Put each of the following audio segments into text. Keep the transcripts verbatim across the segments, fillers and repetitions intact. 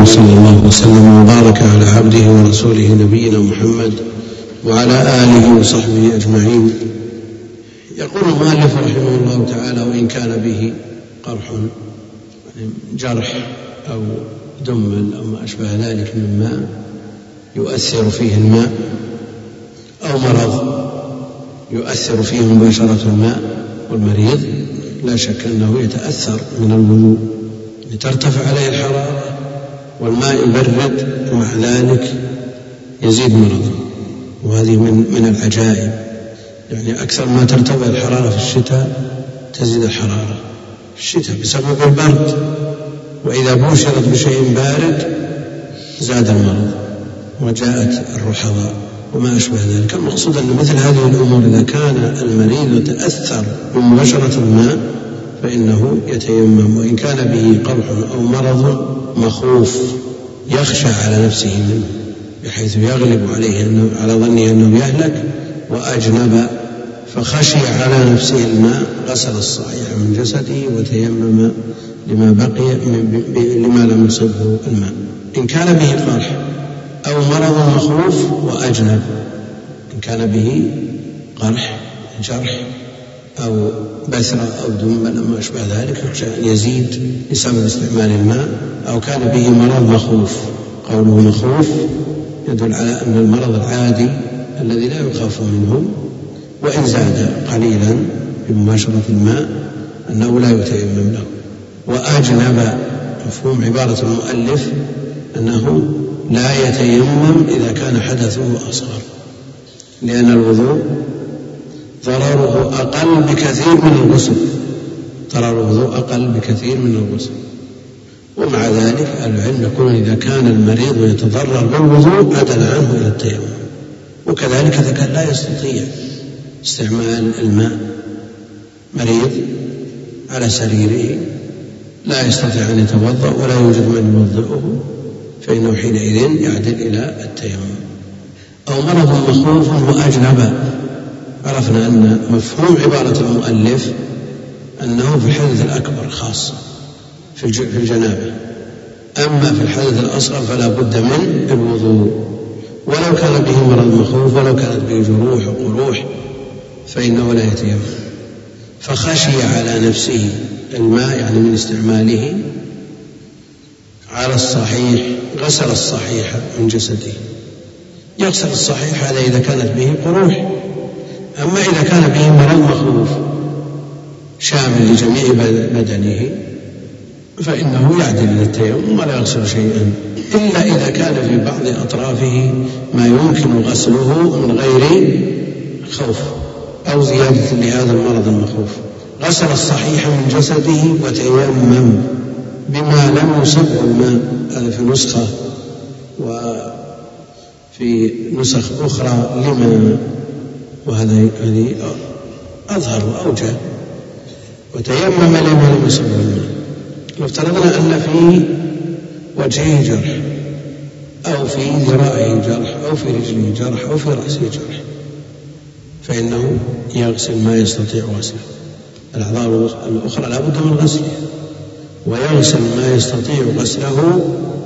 وصلى الله وسلم وبارك على عبده ورسوله نبينا محمد وعلى آله وصحبه أجمعين. يقول المؤلف رحمه الله تعالى: وإن كان به قرح، يعني جرح أو دم أو ما أشبه ذلك مما يؤثر فيه الماء، أو مرض يؤثر فيه مباشرة الماء، والمريض لا شك أنه يتأثر من الوضوء، لترتفع عليه الحرارة والماء يبرد ومع ذلك يزيد مرضه. وهذه من من العجائب، يعني أكثر ما ترتفع الحرارة في الشتاء تزيد الحرارة في الشتاء بسبب البرد، وإذا بشرت بشيء بارد زاد المرض وجاءت الرحضاء وما أشبه ذلك. المقصود أن مثل هذه الأمور إذا كان المريض يتأثر بمباشرة الماء فإنه يتيمم، وإن كان به قرح أو مرض مخوف يخشى على نفسه منه بحيث يغلب عليه أنه على ظنه أنه يهلك وأجنب فخشي على نفسه الماء، غسل الصحيح من جسده وتيمم لما بقي لما لم يصبه الماء. إن كان به قرح أو مرض مخوف وأجنب، إن كان به قرح جرح أو بثرة أو دم أو ما أشبه ذلك يخشى أن يزيد بسبب استعمال الماء، أو كان به مرض مخوف. قوله مخوف يدل على أن المرض العادي الذي لا يخاف منه، وإن زاد قليلا بمباشرة الماء أنه لا يتيمم له. وأجنب مفهوم عبارة المؤلف أنه لا يتيمم إذا كان حدثه أصغر، لأن الوضوء ضرره أقل بكثير من الغسل، ضرر الوضوء أقل بكثير من الغسل. ومع ذلك العلم يقول إذا كان المريض يتضرر بالوضوء عدل عنه إلى التيمم. وكذلك إذا كان لا يستطيع استعمال الماء، مريض على سريره لا يستطيع أن يتوضأ ولا يوجد من يوضئه، فإنه حينئذ يعدل إلى التيمم. أو مرض مخوف وأجنب، عرفنا أن مفهوم عبارة المؤلف أنه في الحدث الأكبر خاصة في الجنابة، أما في الحدث الأصغر فلا بد من الوضوء، ولو كان به مرض مخوف ولو كانت به جروح وقروح فإنه لا يتيمم. فخشي على نفسه الماء يعني من استعماله على الصحيح غسل الصحيح من جسده. يغسل الصحيح هذا إذا كانت به قروح، أما إذا كان به مرض مخوف شامل لجميع بدنه فإنه يعدل إلى التيمم ولا يغسل شيئا، إلا إذا كان في بعض أطرافه ما يمكن غسله من غير خوف أو زيادة لهذا المرض المخوف. غسل الصحيح من جسده وتيمم بما لم يصبه الماء. هذا في نسخة، وفي نسخ أخرى لما، وهذا هذه أظهر وأوجه. وتيمم لما لم يصبه الماء. لو افترضنا أن في وجهه جرح أو في ذراعه جرح أو في رجله جرح أو في رأسه جرح فإنه يغسل ما يستطيع غسله. الأعضاء الأخرى لا بد من غسلها، ويغسل ما يستطيع غسله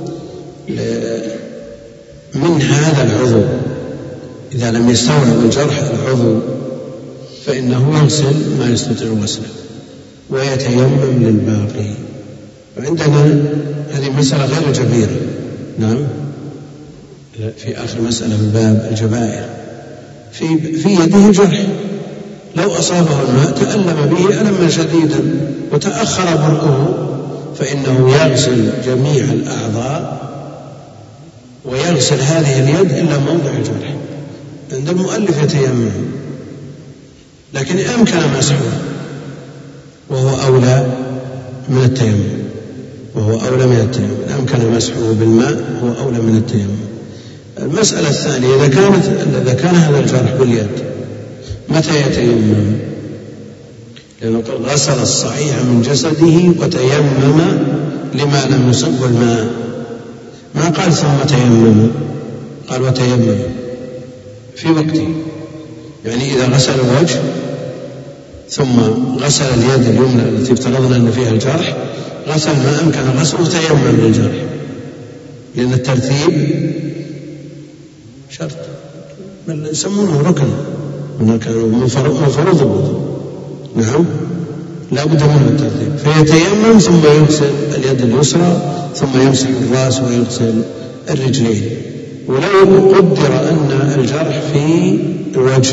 من هذا العضو. إذا لم يستوعب الجرح العضو فإنه يغسل ما يستطيع غسله ويتيمم للباقي. وعندنا هذه مسألة غير جبيرة. نعم، في آخر مسألة في باب الجبائر في, في يده جرح، لو أصابه الماء تألم به ألما شديدا وتأخر برؤه فإنه يغسل جميع الأعضاء ويغسل هذه اليد إلا موضع الجرح. عند المؤلف يتيمم، لكن أمكن مسحه وهو أولى من التيمم، وهو أولى من التيمم. أمكن مسحه بالماء وهو أولى من التيمم. المسألة الثانية، إذا كانت إذا كان هذا الجرح باليد متى يتيمم؟ لأنه قال غسل الصحيح من جسده وتيمم لما لم يصبه الماء، ما قال ثم تيمم، قال وتيمم في وقته. يعني إذا غسل الوجه ثم غسل اليد اليمنى التي افترضنا أن فيها الجرح، غسل ما أمكن غسله وتيمم للجرح. لأن الترتيب شرط، بل يسمونه ركن من فروض الوضوء. نعم، لا بد منه الترتيب. فيتيمم ثم يغسل اليد اليسرى ثم يمسح الرأس ويغسل الرجلين. ولو قدر أن الجرح في الوجه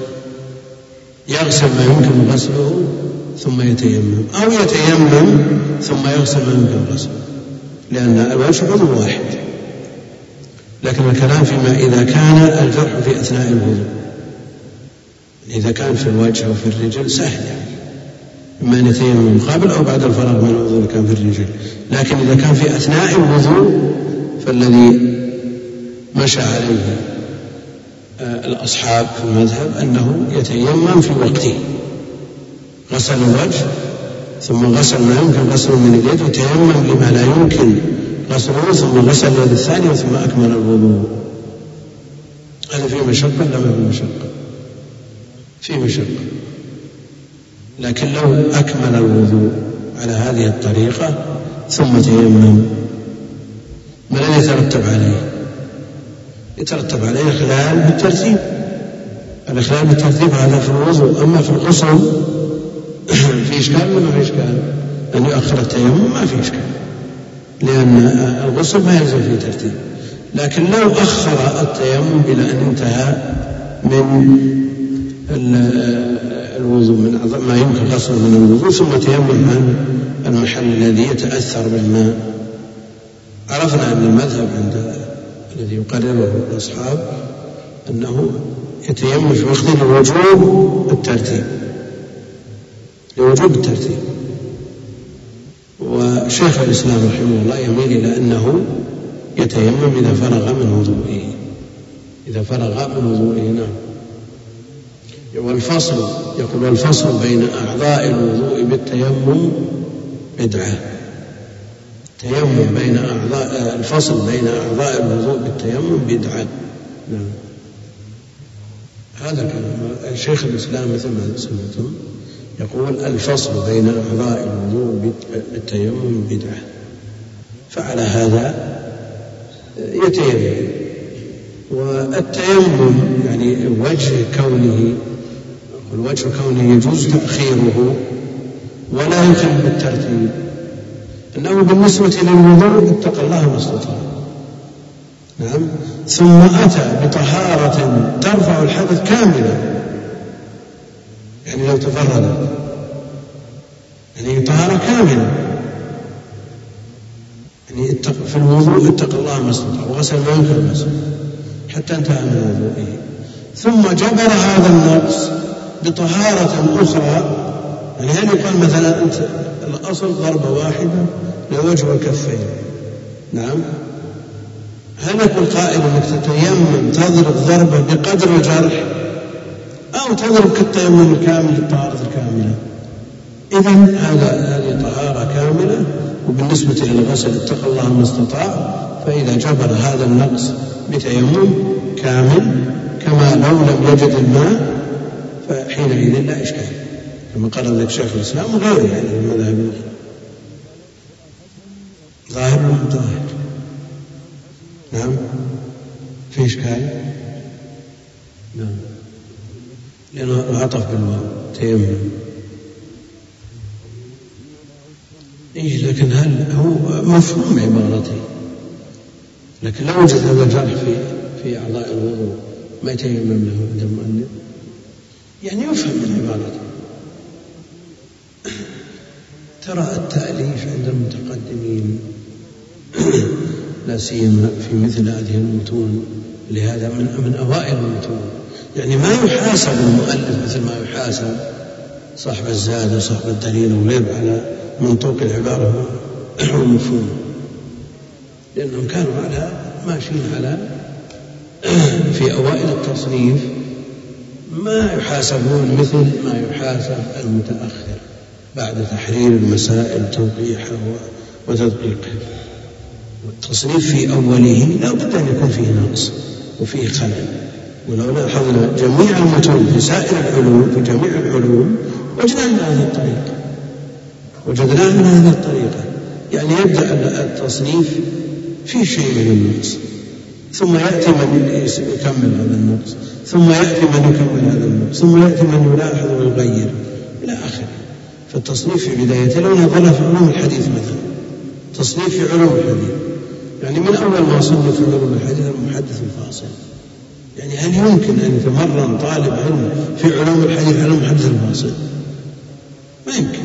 يغسل ما يمكن غسله ثم يتيمم، أو يتيمم ثم يغسل ما يمكن غسله، لأن الوجه عضو واحد. لكن الكلام فيما إذا كان الجرح في أثناء الوضوء. إذا كان في الوجه أو في الرجل سهل، يعني إما أن يتيمم قبل أو بعد الفراغ من الوضوء كان في الرجل. لكن إذا كان في أثناء الوضوء فالذي مشى عليه الأصحاب في المذهب أنه يتيمم في وقته، غسل الوجه ثم غسل ما يمكن غسله من اليد، وتيمم لما لا يمكن غسله ثم غسل اليد الثانية ثم أكمل الوضوء. هذا فيه مشقة؟ لا، ما فيه مشقة، فيه مشقة. لكن لو أكمل الوضوء على هذه الطريقة ثم تيمم، ما الذي يترتب عليه؟ يترتب عليه إخلال بالترتيب. الإخلال بالترتيب هذا في الوضوء. أما في الغسل في إشكال ولا ما في إشكال؟ أن يؤخر التيمم ما في إشكال، لأن الغسل ما يلزم فيه ترتيب. لكن لو أخر التيمم إلى أن انتهى من الوضوء، من ما يمكن غسله من الوضوء، ثم تيمم عن المحل الذي يتأثر بالماء، عرفنا أن المذهب عند الذي يقرره الأصحاب أنه يتيمم في وقت لوجوب الترتيب، لوجوب الترتيب. وشيخ الإسلام رحمه الله يميل إلى أنه يتيمم إذا فرغ من وضوئه، إذا فرغ من وضوئه. نعم. والفصل يقول والفصل بين أعضاء الوضوء بالتيمم بدعة. التيمم بين أعضاء الفصل بين أعضاء الوضوء بالتيمم بدعة. نعم. هذا كلام شيخ الإسلام مثل ما سمعتم يقول الفصل بين أعضاء الوضوء بالتيمم بدعة، فعلى هذا يتيمم. والتيمم يعني وجه كونه الوجه كونه يجوز تأخيره ولا يخل بالترتيب، أنه بالنسبة للوضوء اتقى الله ما استطاع. نعم. ثم أتى بطهارة ترفع الحدث كاملا، يعني لو تفرد يعني طهارة كاملة، يعني في الوضوء اتقى الله ما استطاع وغسل ما يمكن غسله حتى انتهى من وضوئه، ثم جبر هذا النقص بطهارة أخرى. يعني هل يقال مثلا أنت الأصل ضربة واحدة لوجه والكفين؟ نعم. هل يقول قائل أنك تتيمم تضرب ضربة بقدر الجرح أو تضرب كالتيمم الكامل للطهارة الكاملة؟ إذن هذا هذه طهارة كاملة، وبالنسبة للغسل اتقى الله ما استطاع. فإذا جبر هذا النقص بتيمم كامل كما لو لم يجد الماء فحينئذ لا إشكال، كما قال ذلك شيخ الإسلام وغيره يعني من المذاهب الأخرى. ظاهر ولا ظاهر؟ نعم. في إشكال؟ نعم، لأنه عطف بالواو تيمم. إيه، لكن هل هو مفهوم عبارته؟ لكن لو وجد هذا الجرح في في أعضاء الوضوء ما يتيمم له عند المؤلف، يعني يفهم من عبارته. ترى التأليف عند المتقدمين لا سيما في مثل هذه المتون، لهذا من من أوائل المتون، يعني ما يحاسب المؤلف مثل ما يحاسب صاحب الزاد وصاحب الدليل وغيره على منطوق العبارة والمفهوم، لأنهم كانوا على ماشيين على في أوائل التصنيف ما يحاسبون مثل ما يحاسب المتأخر بعد تحرير المسائل توضيحها وتدقيقها. والتصنيف في أوله لا بد أن يكون فيه نقص وفيه خلل. ولو لاحظنا جميع المتون في سائر العلوم في جميع العلوم وجدناه من هذه الطريقة وجدناه من هذه الطريقة يعني يبدأ التصنيف فيه شيء من النقص، ثم يأتي من يكمل هذا النقص، ثم يأتي من يكمل هذا النقص، ثم يأتي من يلاحظ ويغير إلى آخره. فالتصنيف في بدايته لو نظرنا في علوم الحديث مثلا، تصنيف في علوم الحديث يعني من أول ما صنف في علوم الحديث المحدث الفاصل، يعني هل يمكن أن يتمرن طالب علم في علوم الحديث على المحدث الفاصل؟ ما يمكن،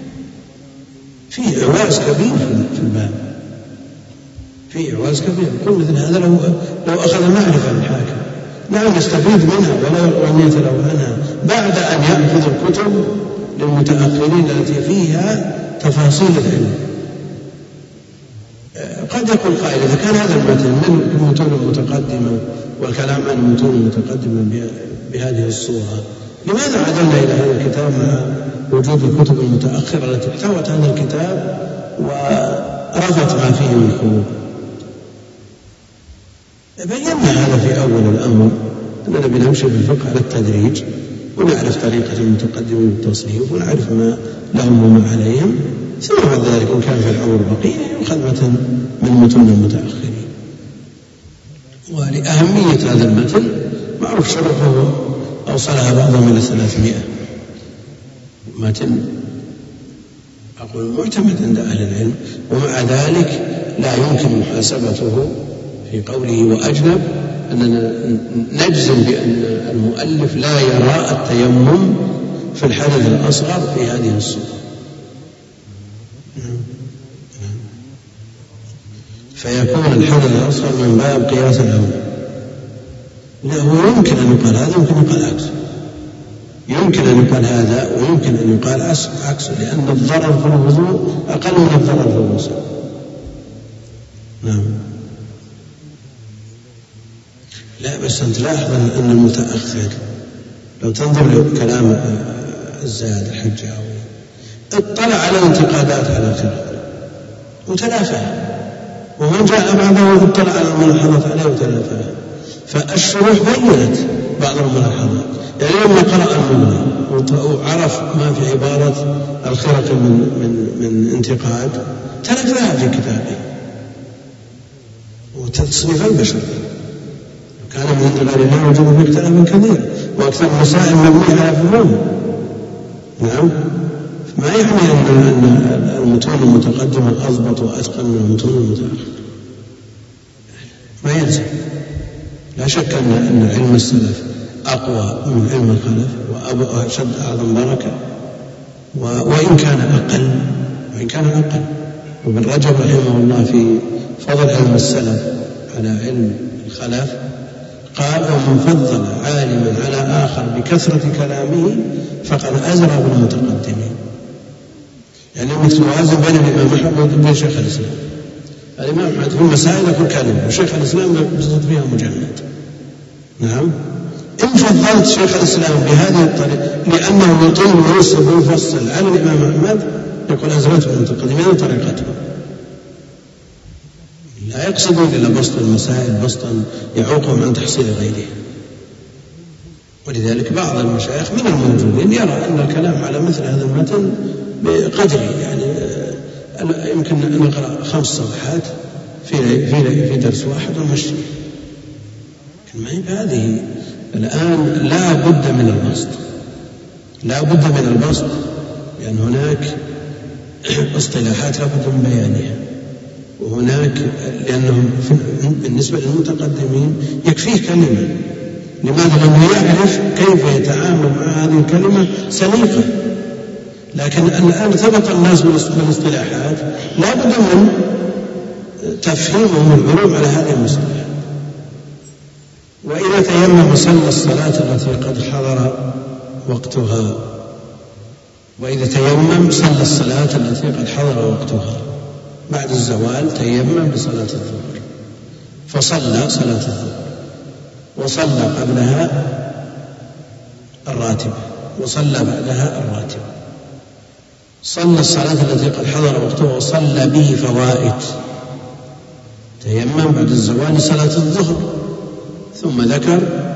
فيه إعواز كبير في الباب، فيه إعواز كبير. كل مثل هذا لو لو أخذ معرفة الحاكم نعم يستفيد منها ولا أن يتلونها بعد أن يأخذ الكتب للمتأخرين التي فيها تفاصيل العلم. قد يقول قائل إذا كان هذا المتن من المتون المتقدمة والكلام عن المتون المتقدمة بهذه الصورة، لماذا عدلنا إلى هذا الكتاب مع وجود الكتب المتأخرة التي احتوت هذا الكتاب ورفت ما فيه من حقوق؟ بينا هذا في أول الأمر أننا بنمشي بالفقه على التدريج ونعرف طريقة المتقدمين بالتصنيف ونعرف ما لهم وما عليهم، ثم بعد ذلك إن كان في الأمر بقية يؤخذ متن من متون المتأخرين. ولأهمية هذا المتن معروف شرحه أوصلها بعضهم إلى ثلاثمائة متن أقول معتمد عند أهل العلم، ومع ذلك لا يمكن محاسبته في قوله وأجنب أننا نجزم بأن المؤلف لا يرى التيمم في الحدث الأصغر في هذه الصورة. فيكون الحدث الأصغر من باب قياس الأولى. لا هو يمكن أن يقال هذا ويمكن أن يقال عكسه، يمكن أن يقال هذا ويمكن أن يقال عكسه، لأن الضرر في الوضوء أقل من الضرر في الغسل. نعم. لا بس أنت لاحظ أن المتأخر لو تنظر لكلام الزاد الحجاوي اطلع على انتقادات على الخلاف وتلافاها، ومن جاء بعده اطلع على الملاحظات عليه وتلافاها. فالشروح بينت بعض الملاحظات، يعني لما قرأ المغني وعرف ما في عبارة الخرق من, من, من انتقاد تلفها في كتابه وتصنيف البشر. كان من غير الله وجود في اختلاف كثير وأكثر المسائل مبنية على فهوم. نعم. ما يعني أن المتون المتقدمة أضبط وأتقن من المتون المتأخر، ما يلزم. لا شك أن علم السلف أقوى من علم الخلف وأشد أعظم بركة، وإن كان أقل وإن كان أقل. وابن رجب رحمه الله في فضل علم السلف على علم الخلف قال ومن فضل عالما على آخر بكثرة كلامه فقد أزرى بالمتقدمين. يعني مثل توازن بين الإمام أحمد وبين شيخ الإسلام. الإمام أحمد في المسائل يقول كلمة وشيخ الإسلام يقصد فيها مجلد. نعم. إن فضلت شيخ الإسلام بهذه الطريقة لأنه يطيل ويوصل ويفصل على الإمام أحمد يقول أزرته بالمتقدمين طريقته. لا يقصدون إلا بسط المسائل بسطا يعوقهم عن تحصيل غيره. ولذلك بعض المشايخ من الموجودين يرى أن الكلام على مثل هذا المتن بقدره، يعني يمكن أن نقرأ خمس صفحات في في في درس واحد ونمشي. لكن ما هي هذه الآن لا بد من البسط، لا بد من البسط، لأن هناك اصطلاحات لا بد من بيانها، وهناك لأنهم بالنسبة للمتقدمين يكفيه كلمة. لماذا؟ لأنه يعرف كيف يتعامل مع هذه الكلمة سليقة. لكن الآن ثبت الناس بالاصطلاحات لا بد من تفهيمهم العلوم على هذه المصطلحات. وإذا تيمم صلى الصلاة التي قد حضر وقتها، وإذا تيمم صلى الصلاة التي قد حضر وقتها بعد الزوال تيمم بصلاة الظهر فصلى صلاة الظهر وصلى قبلها الراتبة وصلى بعدها الراتبة. صلى الصلاة التي قد حضر وقتها وصلى به فوائد، تيمم بعد الزوال صلاة الظهر، ثم ذكر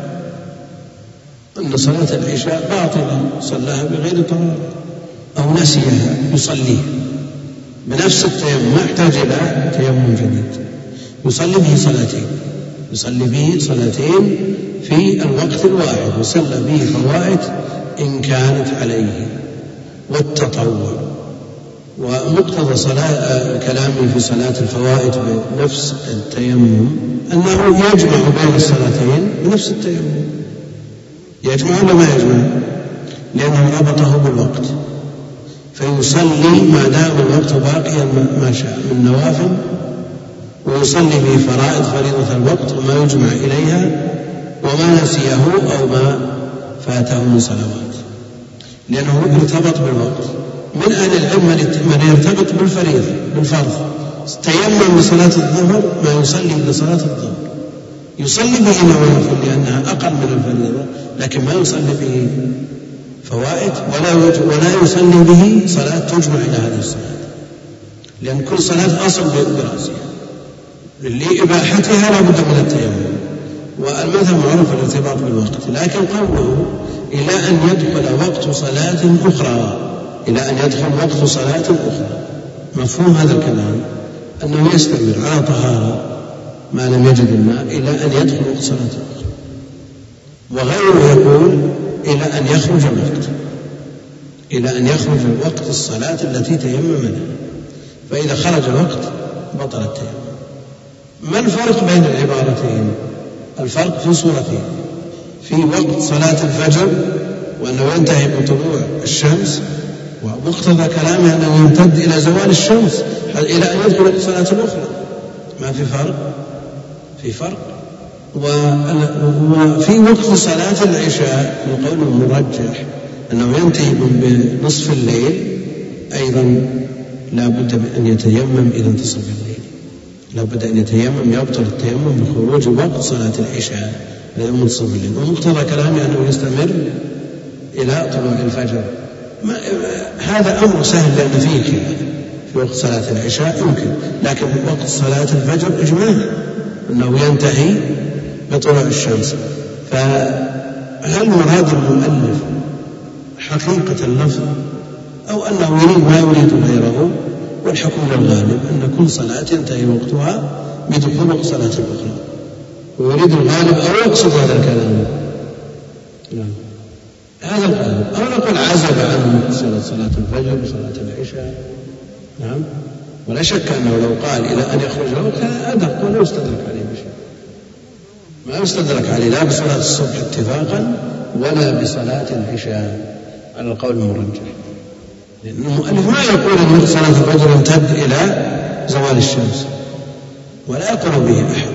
أن صلاة العشاء باطلة صلاها بغير طهارة أو نسيها يصليها بنفس التيمم، ما يحتاج إلى تيمم جديد. يصلي به صلاتين يصلي به صلاتين في الوقت الواحد، وصلى به فوائد إن كانت عليه. والتطوع، ومقتضى صلاة كلامي في صلاة الفوائد بنفس التيمم أنه يجمع بين الصلاتين بنفس التيمم. يجمع ولا ما يجمع؟ لأنه ربطه بالوقت، فيصلي ما دام الوقت باقيا ما شاء من نوافل، ويصلي به فرائض فريضة الوقت وما يجمع إليها وما نسيه أو ما فاته من صلوات، لأنه ارتبط بالوقت. من أهل العلم من يرتبط بالفريضة بالفرض، تيمم لصلاة الظهر ما يصلي لصلاة الظهر، يصلي به نوافل لأنها أقل من الفريضة، لكن ما يصلي به فوائد ولا ولا يصلي به صلاة تجمع إلى هذه الصلاة، لأن كل صلاة أصل برأسها لإباحتها لا بد من التيمم. والمذهب معروف الارتباط بالوقت، لكن قوله إلى أن يدخل وقت صلاة أخرى إلى أن يدخل وقت صلاة أخرى، مفهوم هذا الكلام أنه يستمر على طهارة ما لم يجد الماء إلى أن يدخل وقت صلاة أخرى. وغيره يقول إلى أن يخرج الوقت إلى أن يخرج وقت الصلاة التي تيمم منها، فإذا خرج الوقت بطل التيمم. ما الفرق بين العبارتين؟ الفرق في صورتين: في وقت صلاة الفجر وأنه ينتهي بطلوع الشمس، ومقتضى كلامه أنه يمتد إلى زوال الشمس إلى أن يدخل وقت صلاة الأخرى. ما في فرق؟ في فرق. وفي وقت صلاة العشاء القول المرجح أنه ينتهي بنصف الليل، أيضا لا بد من أن يتيمم إذا انتصف الليل، لا بد أن يتيمم، يبطل التيمم بخروج وقت صلاة العشاء إلى منتصف الليل. ومقتضى كلامه أنه يستمر إلى طلوع الفجر. هذا أمر سهل لأن فيه خلاف في وقت صلاة العشاء يمكن، لكن وقت صلاة الفجر إجماع أنه ينتهي بطلوع الشمس. فهل مراد المؤلف حقيقة اللفظ أو أنه يريد ما يريد غيره؟ والحكم للغالب أن كل صلاة ينتهي وقتها بدخول وقت صلاة الأخرى، ويريد الغالب أو يقصد هذا الكلام. نعم هذا الغالب، أو نقول عزب عنه صلاة الفجر وصلاة العشاء. نعم، ولا شك أنه لو قال إلى أن يخرج الوقت هذا أدق ولا يستدرك عليه بشيء، ما يستدرك عليه لا بصلاة الصبح اتفاقا ولا بصلاة العشاء على القول المرجح، لأن المؤلف ما يقول أن صلاة الفجر يمتد إلى زوال الشمس ولا يقول به أحد.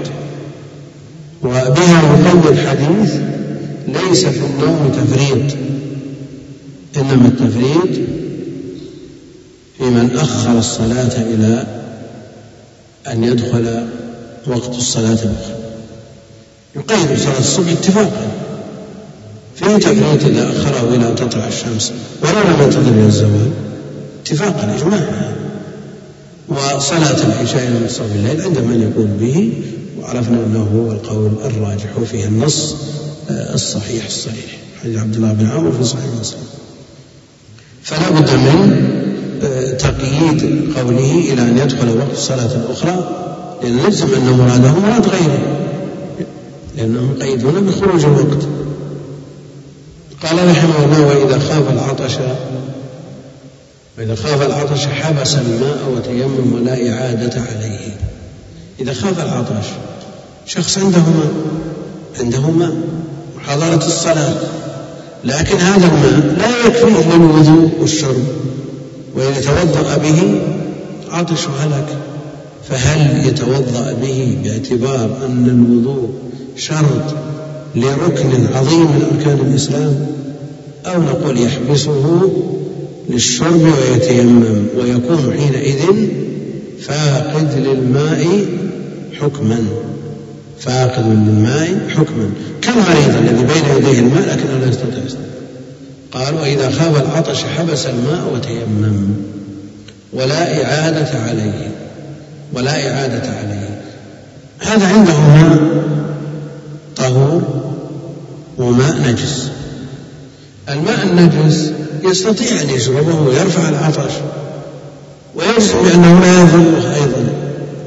وبها يقوم الحديث: ليس في النوم تفريط، إنما التفريط في من أخر الصلاة إلى أن يدخل وقت الصلاة الأخرى. يقيد صلاة الصبح اتفاقا، فيه تفريط إذا أخره إلى أن تطلع الشمس ولا لم ينتظر إلى الزوال اتفاقا إجماعا. وصلاة العشاء إلى منتصف الليل عند من يقول به، وعرفنا أنه هو القول الراجح وفيه النص الصحيح الصريح، حديث عبد الله بن عمرو في صحيح مسلم. فلا بد من تقييد قوله إلى أن يدخل وقت الصلاة الأخرى، لأن نجزم أن مراده مراد غيره، لأنهم قيدون بخروج الوقت. قال رحمه الله: وإذا خاف العطش وإذا خاف العطش حبس الماء وتيمم ولا إعادة عليه. إذا خاف العطش، شخص عنده ماء عنده ماء وحضرت الصلاة، لكن هذا الماء لا يكفيه للوضوء والشرب، وإذا توضأ به عطش هلك، فهل يتوضأ به باعتبار أن الوضوء شرط لركن عظيم من أركان الإسلام، أو نقول يحبسه للشرب ويتيمم ويكون حينئذ فاقد للماء حكما فاقد للماء حكما كالمريض الذي بين يديه الماء لكنه لا يستطيع يستطيع. قال: وإذا خاف العطش حبس الماء وتيمم ولا إعادة عليه ولا إعادة عليه. هذا عنده ماء طهور وماء نجس. الماء النجس يستطيع أن يشربه ويرفع العطش ويجزم بأنه لا يضره أيضا. هل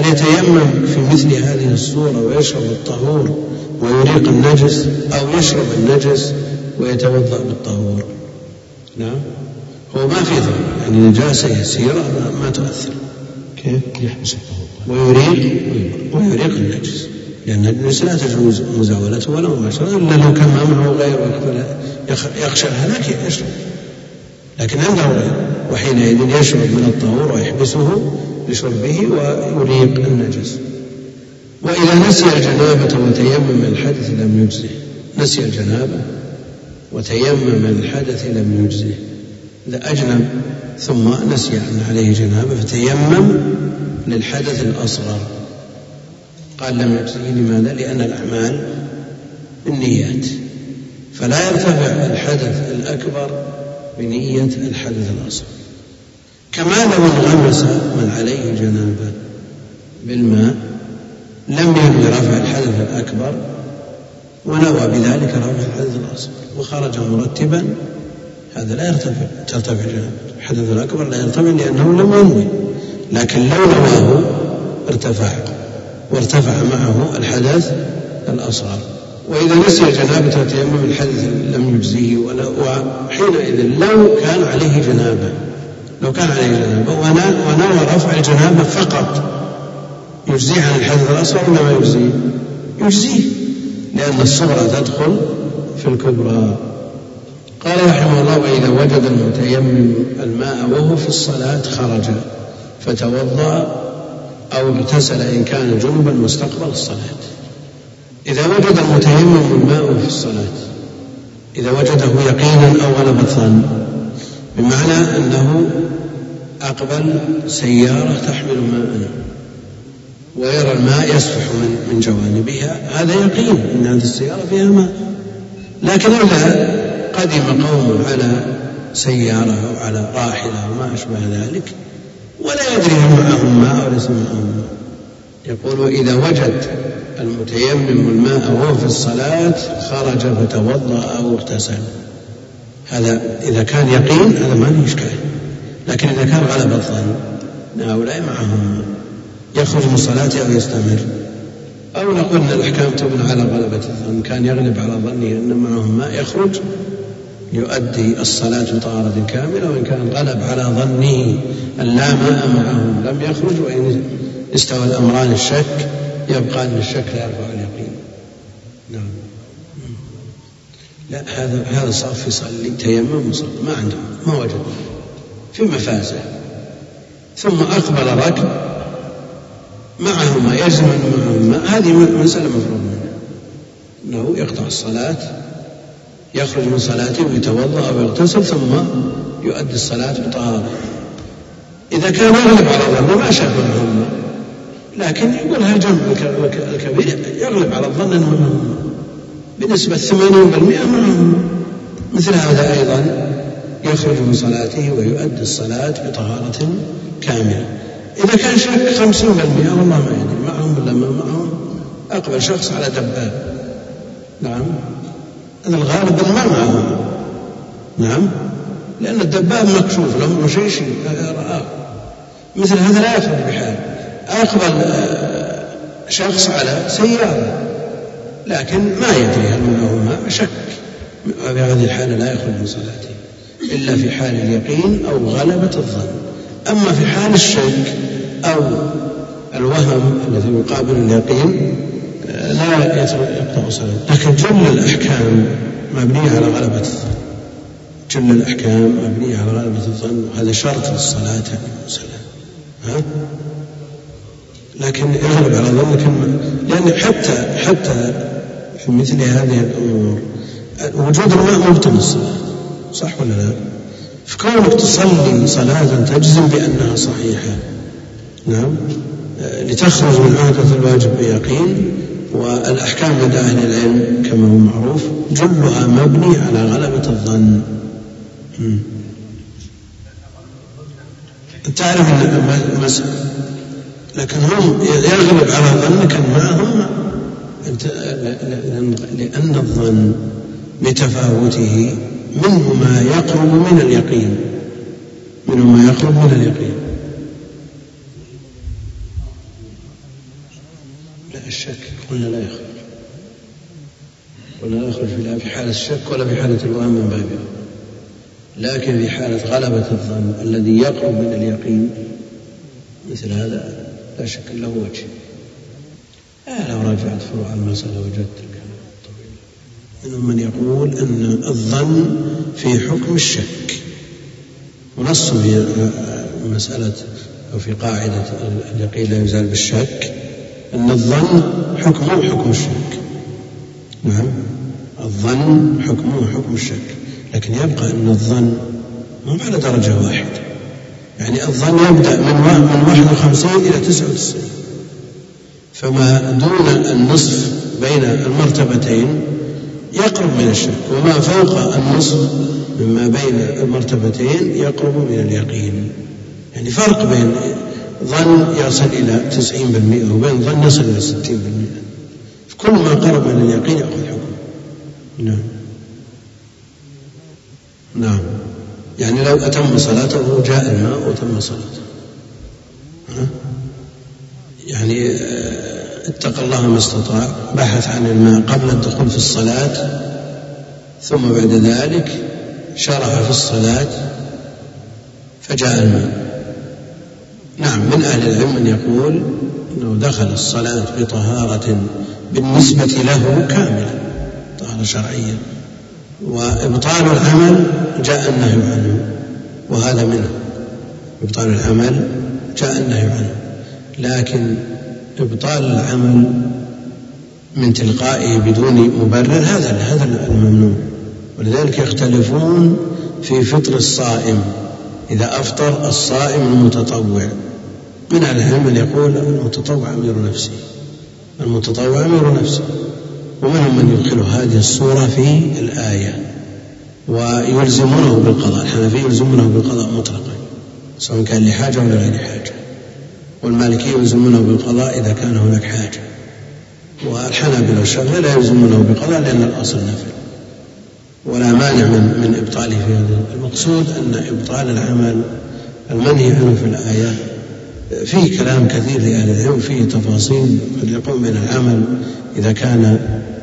هل يتيمم في مثل هذه الصورة ويشرب الطهور ويريق النجس، أو يشرب النجس ويتوضأ بالطهور؟ نعم، هو ما في ضرر، يعني نجاسة يسيرة ما, ما تؤثر. كيف يحبس الطهور ويريق ويريق النجس، لأن النجس لا تجوز مزاولته ولا مباشرة إلا لو كان معه غير يخشى الهلاك يشرب، لكن عنده غير، وحينئذ يشرب من الطهور ويحبسه بشربه ويريق النجس. وإذا نسي الجنابة وتيمم من الحدث لم يجزه، نسي الجنابة وتيمم من الحدث لم يجزه، إذا أجنب ثم نسي أن عليه جنابة فتيمم للحدث الأصغر قال لم يجزه. لماذا؟ لأن الأعمال بالنيات، فلا يرتفع الحدث الأكبر بنية الحدث الأصغر. كما لو انغمس من عليه جنابة بالماء لم ينوي رفع الحدث الأكبر ونوى بذلك رفع الحدث الأصغر وخرج مرتبا، هذا لا يرتفع، ترتفع جنابة. الحدث الأكبر لا يرتفع لأنه لم ينوي، لكن لو نواه ارتفع وارتفع معه الحدث الأصغر. وإذا نسي الجنابة وتيمم الحدث لم يجزيه، وحينئذ لو كان عليه جنابة لو كان عليه جنابة ونوى رفع الجنابة فقط يجزيه عن الحدث الأصغر ولا ما يجزيه؟ يجزيه، لأن الصغرى تدخل في الكبرى. قال رحمه الله: وإذا وجد المتيمم الماء وهو في الصلاة خرج فتوضأ أو اغتسل إن كان جنبا مستقبل الصلاة. إذا وجد المتيمم الماء في الصلاة، إذا وجده يقينا أو غلب الظن، بمعنى أنه أقبل سيارة تحمل ماء ويرى الماء يسفح من جوانبها، هذا يقين أن هذه السيارة فيها ماء. لكن إذا قدم قوم على سيارة أو على راحلة وما أشبه ذلك ولا يدري هل معهم ماء أو ليس معهم ماء، يقول: وإذا وجد المتيمم الماء وهو في الصلاة خرج فتوضأ أو اغتسل. هذا إذا كان يقين هذا ما له إشكال. لكن إذا كان غلب الظن هؤلاء معهم ماء يخرج من صلاته أو يستمر، أو نقول أن الأحكام تبنى على غلبة الظن، كان يغلب على ظنه أن معهم ماء يخرج يؤدي الصلاة بطهارة كاملة، وإن كان غلب على ظنه أن لا ماء معهم لم يخرج، وإن استوى الأمران الشك يبقى أن الشك لا يرفع اليقين. نعم. لا، هذا هذا صار في صلي تيمم وصلي ما عنده ما وجد في مفازة، ثم أقبل ركب معهما يجزم معهما، هذه مسألة مفروغ منها، أنه يقطع الصلاة يخرج من صلاته ويتوضأ أو يغتسل ثم يؤدي الصلاة بطهارة. إذا كان يغلب على ظنه ما شاف معهما، لكن يقول هالجمع الكبير يغلب على الظن أنهم بنسبة ثمانين بالمئة معهم، مثل هذا أيضا يخرج من صلاته ويؤدي الصلاة بطهارة كاملة. إذا كان شك خمسين بالمئة والله ما يدري معهم ولا ما معهم، أقبل شخص على دباب، نعم، هذا الغالب ما معهم، نعم، لأن الدباب مكشوف له شيء شيء رآه، مثل هذا لا يخرج بحال. أقبل شخص على سيارة لكن ما يدري هل معه ماء، شك، في هذه الحالة لا يخرج من صلاته إلا في حال اليقين أو غلبة الظن. أما في حال الشك أو الوهم الذي يقابل اليقين لا يقطع صلاته. لكن جل الأحكام مبنية على غلبة الظن، جل الأحكام مبنية على غلبة الظن، وهذا شرط للصلاة والسلام. ها؟ لكن يغلب على ظنك، لأن حتى حتى في مثل هذه الأمور وجود الماء مبطل الصلاة، صح ولا لا؟ فكونك تصلي صلاة تجزم بأنها صحيحة، نعم، لتخرج من عهدة الواجب بيقين، والأحكام عند أهل العلم كما هو معروف جلها مبني على غلبة الظن. تعرف المسألة، لكن هم يغلب على ظنك معهم لأن الظن بتفاوته منه ما يقرب من اليقين، منه ما يقرب من اليقين. لا الشك قلنا لا يخرج، قلنا لا يخرج لا في حالة الشك ولا في حالة الوهم من باب أولى، لكن في حالة غلبة الظن الذي يقرب من اليقين مثل هذا لا شك له وجه. آه لو راجعت فروع المسألة وجدت الكلام طويل. منهم من يقول أن الظن في حكم الشك، ونص في مسألة أو في قاعدة اليقين لا يزال بالشك أن الظن حكمه حكم الشك. نعم الظن حكمه حكم الشك، لكن يبقى أن الظن مو على درجة واحدة، يعني الظن يبدأ من واحد وخمسين إلى تسعة وتسعين، فما دون النصف بين المرتبتين يقرب من الشك، وما فوق النصف مما بين المرتبتين يقرب من اليقين. يعني فرق بين ظن يصل إلى تسعين بالمئة وبين ظن يصل إلى ستين بالمئة، فكل ما قرب من اليقين يأخذ حكم. نعم نعم يعني لو أتم صلاته جاء الماء وتم صلاته، يعني اتقى الله ما استطاع، بحث عن الماء قبل الدخول في الصلاة، ثم بعد ذلك شرع في الصلاة فجاء الماء. نعم من أهل العلم من يقول أنه دخل الصلاة بطهارة بالنسبة له كاملة، طهارة شرعية، وإبطال العمل جاء النهي عنه، وهذا منه. إبطال العمل جاء النهي عنه، لكن إبطال العمل من تلقائه بدون مبرر هذا هذا الممنوع. ولذلك يختلفون في فطر الصائم إذا أفطر الصائم المتطوع. من أهل العلم من يقول المتطوع أمير نفسه، المتطوع أمير نفسه، ومنهم من يدخل هذه الصورة في الآية ويلزمونه بالقضاء. الحنفية يلزمونه بالقضاء مطلقا سواء كان لحاجة ولا غير حاجة، والمالكية يلزمونه بالقضاء إذا كان هناك حاجة، والحنابلة والشافعية لا يلزمونه بالقضاء لأن الأصل نفل، ولا مانع من, من إبطاله في هذا. المقصود أن إبطال العمل المنهي عنه في الآية فيه كلام كثير لأهل العلم، فيه تفاصيل يقوم بين العمل إذا كان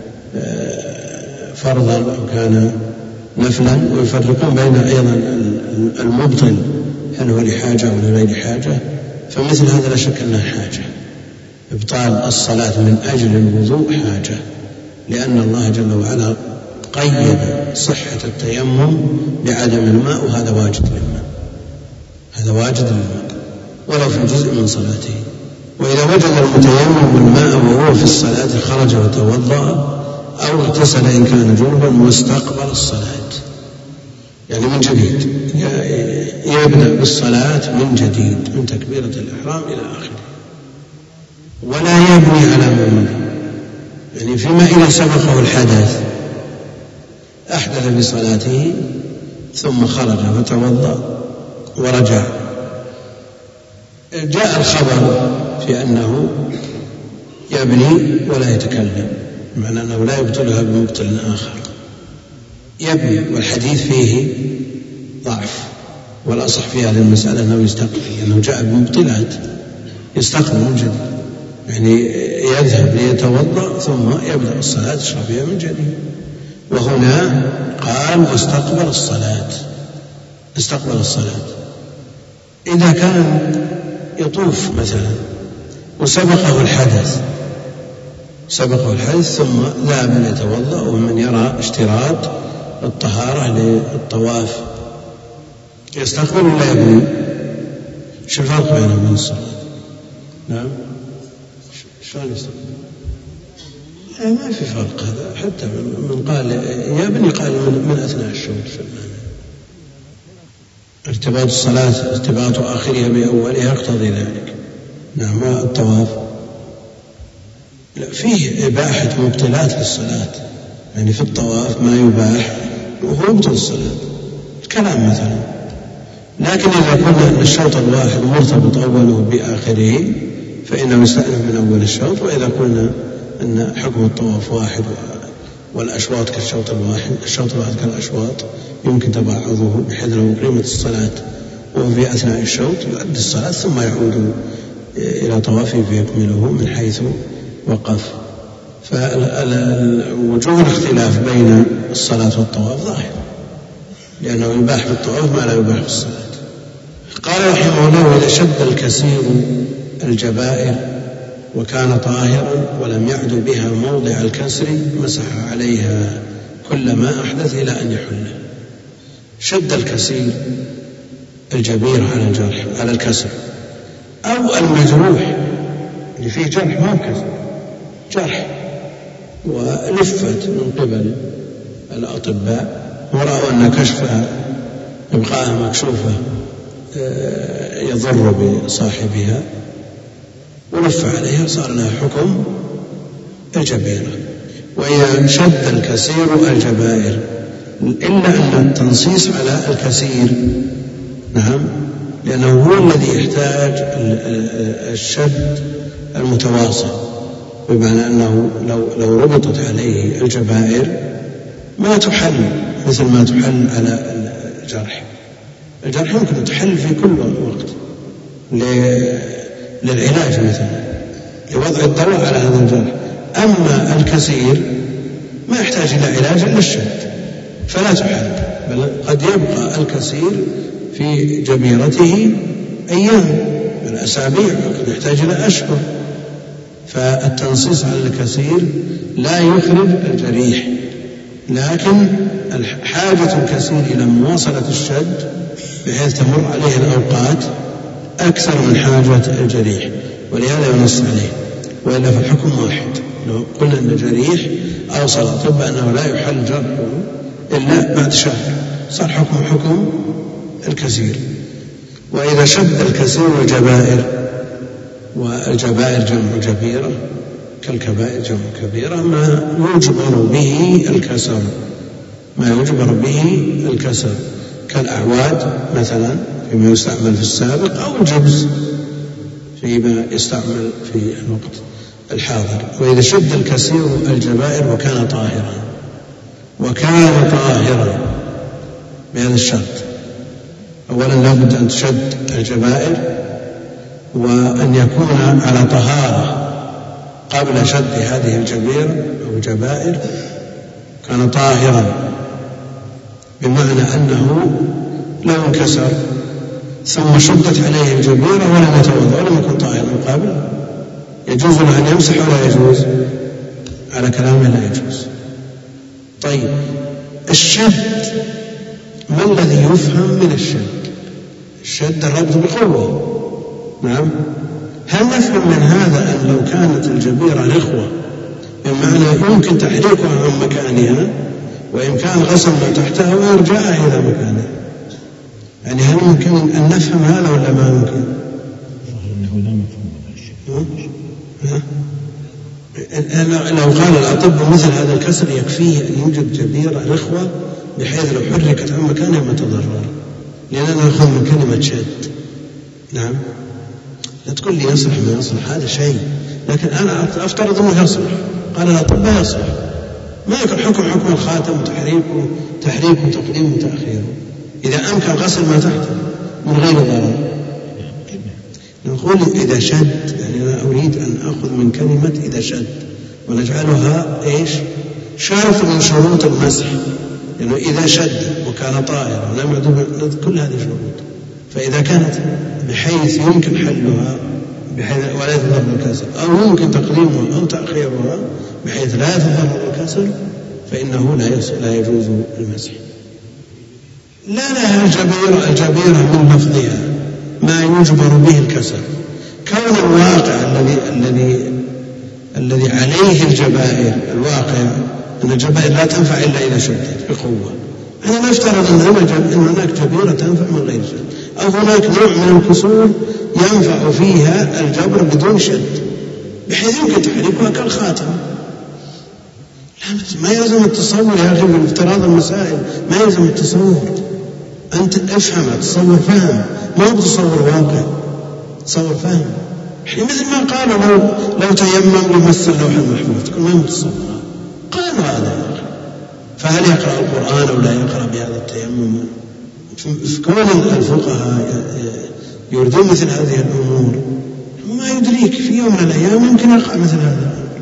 فرضا أو كان نفلا، ويفرقون بين أيضا المبطل هل هو لحاجة أو لغير حاجة. فمثل هذا لا شك أنها حاجة، إبطال الصلاة من أجل الوضوء حاجة، لأن الله جل وعلا قيد صحة التيمم بعدم الماء، وهذا واجد للماء، هذا واجد للماء ولو في جزء من صلاته. وإذا وجد المتيمم الماء وهو في الصلاة خرج وتوضأ أو اغتسل إن كان جنبا واستقبل الصلاة، يعني من جديد يبدأ بالصلاة من جديد من تكبيرة الإحرام إلى آخره، ولا يبني على ما مضى. يعني فيما إذا سبقه الحدث أحدث في صلاته ثم خرج فتوضأ ورجع، جاء الخبر في أنه يبني ولا يتكلم، معنى أنه لا يبطلها بمبطل آخر، يبني، والحديث فيه ضعف، والأصح في هذه المسألة أنه يستقبل، لأنه جاء بمبطلات، يستقبل من جديد، يعني يذهب ليتوضأ ثم يبدأ الصلاة يشرع بها من جديد. وهنا قال واستقبل الصلاة، استقبل الصلاة. إذا كان يطوف مثلا وسبقه الحدث سبقه الحدث ثم ذهب ليتوضأ، ومن يرى اشتراط الطهارة للطواف يستقبل ولا يبني؟ شو الفرق بينه وبين الصلاة؟ نعم شلون يستقبل؟ ما في فرق هذا، حتى من قال يبني قال من أثناء الشوط. ارتباط الصلاة ارتباط آخرها بأولها يقتضي ذلك. نعم الطواف لا فيه إباحة مبطلات للصلاة، يعني في الطواف ما يباح وهو يبطل الصلاة الكلام مثلا، لكن إذا قلنا أن الشوط الواحد مرتبط أوله بآخره فإنه يستأنف من أول الشوط. وإذا قلنا أن حكم الطواف واحد والأشواط كالشوط الواحد، الشوط الواحد كالأشواط يمكن تبعضه، بحيث لو قيمة الصلاة وفي أثناء الشوط يؤدي الصلاة ثم يعود إلى طوافه فيكمله من حيث وقف. فوجوه الاختلاف بين الصلاة والطواف ظاهر، لأنه يباح في الطواف ما لا يباح في الصلاة. قال رحمه الله: وإذا شد الكثير الجبائر وكان طاهرا ولم يعد بها موضع الكسر مسح عليها كل ما أحدث إلى أن يحل. شد الكثير الجبير على الجرح على الكسر، أو المجروح اللي فيه جرح ما بكسر، جرح ولفت من قبل الأطباء ورأوا أن كشفها إبقاءها مكشوفة يضر بصاحبها ولف عليها صار لها حكم الجبيرة. وإذا شد الكثير الجبائر، إلا أن التنصيص على الكثير نعم، لأنه هو الذي يحتاج الشد المتواصل، بمعنى أنه لو, لو ربطت عليه الجبائر ما تحل مثل ما تحل على الجرح. الجرح يمكن تحل في كل وقت للعلاج مثلا، لوضع الدواء على هذا الجرح. أما الكثير ما يحتاج إلى علاج إلا الشد فلا تحل، بل قد يبقى الكثير في جبيرته أيام بل أسابيع، قد يحتاج إلى أشهر. فالتنصيص على الكثير لا يخرج الجريح، لكن حاجة الكثير إلى مواصلة الشد بحيث تمر عليه الأوقات أكثر من حاجة الجريح، ولهذا ينص عليه. وإلا فالحكم واحد، لو قلنا أن جريح أوصل الطب أنه لا يحل جرحه إلا بعد شهر صار حكم حكم الكثير. وإذا شد الكثير الجبائر، والجبائر جمع جبيرة، كالكبائر جمع كبيرة، ما يجبر به الكسر ما يجبر به الكسر كالأعواد مثلا فيما يستعمل في السابق، أو الجبس فيما يستعمل في الوقت الحاضر. وإذا شد الكثير الجبائر وكان طاهرا وكان طاهرا بهذا الشرط: أولا لابد أن تشد الجبائر وأن يكون على طهارة قبل شد هذه الجبير أو الجبائر. كان طاهرا بمعنى أنه لو انكسر ثم شدت عليه الجبيرة ولم يتوضأ ولم يكن طاهرا قبل، يجوز له أن يمسح ولا يجوز؟ على كلامه لا يجوز. طيب الشد ما الذي يفهم من الشد؟ الشد الربط بقوة، نعم. هل نفهم من هذا أن لو كانت الجبيرة رخوة بمعنى يمكن تحريكها عن مكانها وإمكان غسل ما تحتها وإرجاعها إلى مكانها؟ يعني هل ممكن أن نفهم هذا ولا ما ممكن؟ لو قال الأطباء مثل هذا الكسر يكفيه أن يوجد جبيرة رخوة بحيث لو حركت عن مكانها ما تضرر، لأننا نأخذ من كلمة شد. نعم، لا تقول لي يصلح ما يصلح، هذا شيء، لكن أنا أفترض أنه يصلح. قال الأطباء يصلح، ما يكون حكم حكم الخاتم وتحريكه تحريك وتقديم وتأخيره إذا أمكن غسل ما تحته من غير ضرر. نقول إذا شد، يعني أنا أريد أن أخذ من كلمة إذا شد ونجعلها إيش؟ شرط من شروط المسح، لأنه يعني إذا شد وكان طاهرا ولم يعد كل هذه شروط. فإذا كانت بحيث يمكن حلها بحيث ولا يتضرر الكسر، أو يمكن تقديمها أو تأخيرها بحيث لا يتضرر الكسر، فإنه لا يجوز المسح. لا لها الجبيرة الجبيرة من لفظها ما يجبر به الكسر، كون الواقع الذي الذي الذي عليه الجبائر، الواقع أن الجبائر لا تنفع إلا إذا شدت بقوة. أنا نفترض أن هناك جبيرة تنفع من غير شد، أو هناك نوع من الكسور ينفع فيها الجبر بدون شد بحيث يمكن تحريكها كالخاتم. ما يلزم التصور يا أخي من افتراض المسائل، ما يلزم التصور. أنت افهم، تصور فهم، ما هو تصور واقع، تصور فهم. مثل ما قالوا لو لو تيمم لمس اللوح المحفوظ، تقول ما هو تصور، قالوا هذا يا أخي. فهل يقرأ القرآن أو لا يقرأ بهذا التيمم؟ في كون الفقهاء يردون مثل هذه الأمور ما يدريك في يوم من الأيام يمكن يقع مثل هذا.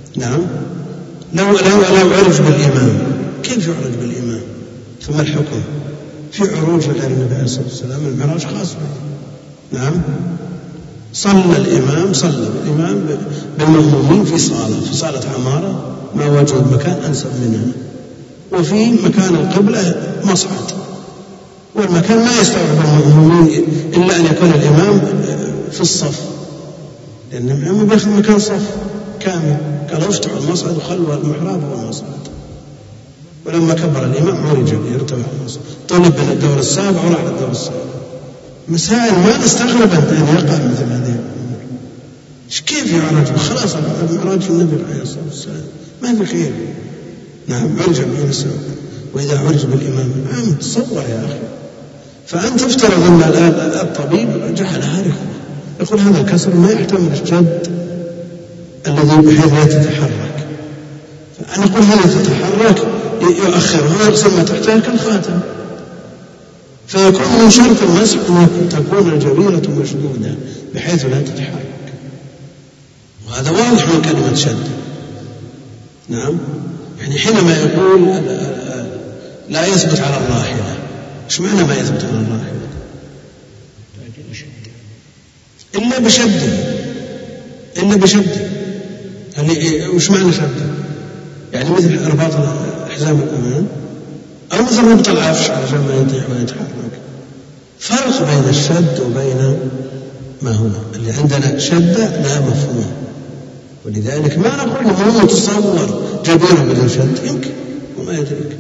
نعم. لو لو لو عرج بالإمام، كيف يعرج بالإمام؟ ثم الحكم في عروج غير النبي عليه الصلاة والسلام، المعراج خاص به. نعم. صلى الإمام صلى الإمام بالمأمومين في صالة في صالة عمارة ما وجد مكان أنسب منها، وفي مكان القبلة مصعد، والمكان ما يستوعب المأمومين إلا أن يكون الإمام في الصف، لأن الإمام بيأخذ مكان صف كامل. قال افتحوا المصعد وخلوا المحراب والمصعد. ولما كبر الإمام عرج يرتفع المصعد، طلب من الدور السابع وراح للدور السابع. مسائل ما نستغرب أن يقع مثل هذه الأمور. كيف يعرج؟ خلاص المعراج النبي عليه الصلاة والسلام ما في خير. نعم. عرج بين السابع، وإذا عرج بالإمام عم تصور يا أخي. فأنت تفترض أن الطبيب جعلها رخوة، يقول هذا الكسر ما يحتمل الشد الذي بحيث لا تتحرك، فأنا أقول هذا تتحرك يؤخرها ويرسم ما تحتها كالخاتم، فيكون من شرط المسح أن تكون الجبيرة مشدودة بحيث لا تتحرك، وهذا واضح من كلمة شد. نعم. يعني حينما يقول لا يثبت على الراحلة، إيش معنى ما يثبت على الراحلة؟ إلا بشده، إلا بشده. يعني وش معنى شده؟ يعني مثل رباط حزام الأمان، أو مثل ربط العفش عشان ما يطيح ويتحرك. فرق بين الشد وبين ما هنا. اللي عندنا شدة لا مفهوم، ولذلك ما نقول ما نتصور جبيرة بدون شد، يمكن وما يدرك.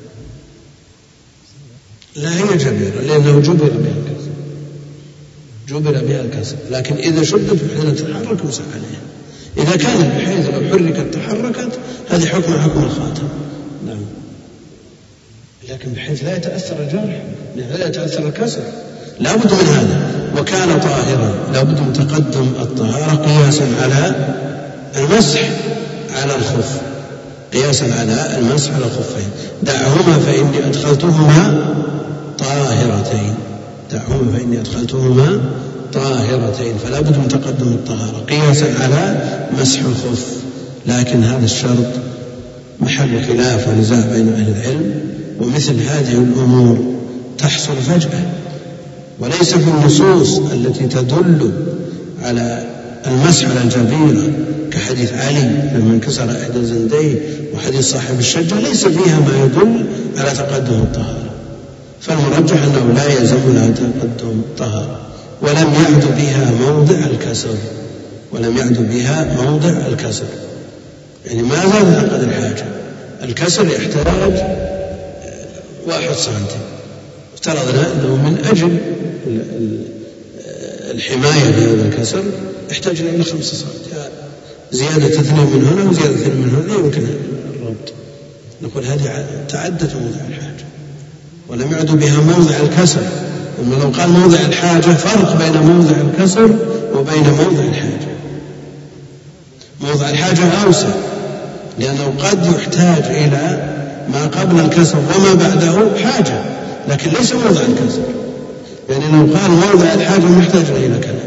لا هي جبيرة لأنه جبر بها الكسر، جبر بها الكسر، لكن إذا شدت حين تتحرك مسح عليها. إذا كانت بحيث لو حركت تحركت هذه حكم حكم الخاتم. نعم. لكن بحيث لا يتأثر الجرح، لا يتأثر الكسر، لا بد من هذا. وكان طاهرا، لا بد من تقدم الطهارة قياسا على المسح على الخف، قياسا على المسح على الخفين. دعهما فإني أدخلتهما طاهرتين، دعهما فإني أدخلتهما طاهرتين، فلا بد من تقدم الطهارة قياسا على مسح الخف. لكن هذا الشرط محل خلاف ونزاع بين أهل العلم، ومثل هذه الأمور تحصل فجأة، وليس في النصوص التي تدل على المسح على الجبيرة كحديث علي لما انكسر إحدى زنديه وحديث صاحب الشجة ليس فيها ما يدل على تقدم الطهارة. فالمرجح أنه لا يلزم لها تقدم الطهارة، ولم يعد بها موضع الكسر، ولم يعد بها موضع الكسر. يعني ما زاد عن قدر الحاجة. الكسر يحتاج واحد سنتي، افترضنا أنه من أجل الحماية لهذا الكسر احتاجنا إلى خمسة سنتي، زيادة اثنين من هنا وزيادة اثنين من هنا يمكن الربط. نقول هذه تعدت موضع الحاجة ولم يعد بها موضع الكسر. أما لو قال موضع الحاجة فرق بين موضع الكسر وبين موضع الحاجة. موضع الحاجة أوسع، لأنه قد يحتاج إلى ما قبل الكسر وما بعده حاجة، لكن ليس موضع الكسر. يعني لو قال موضع الحاجة محتاج إلى كلام،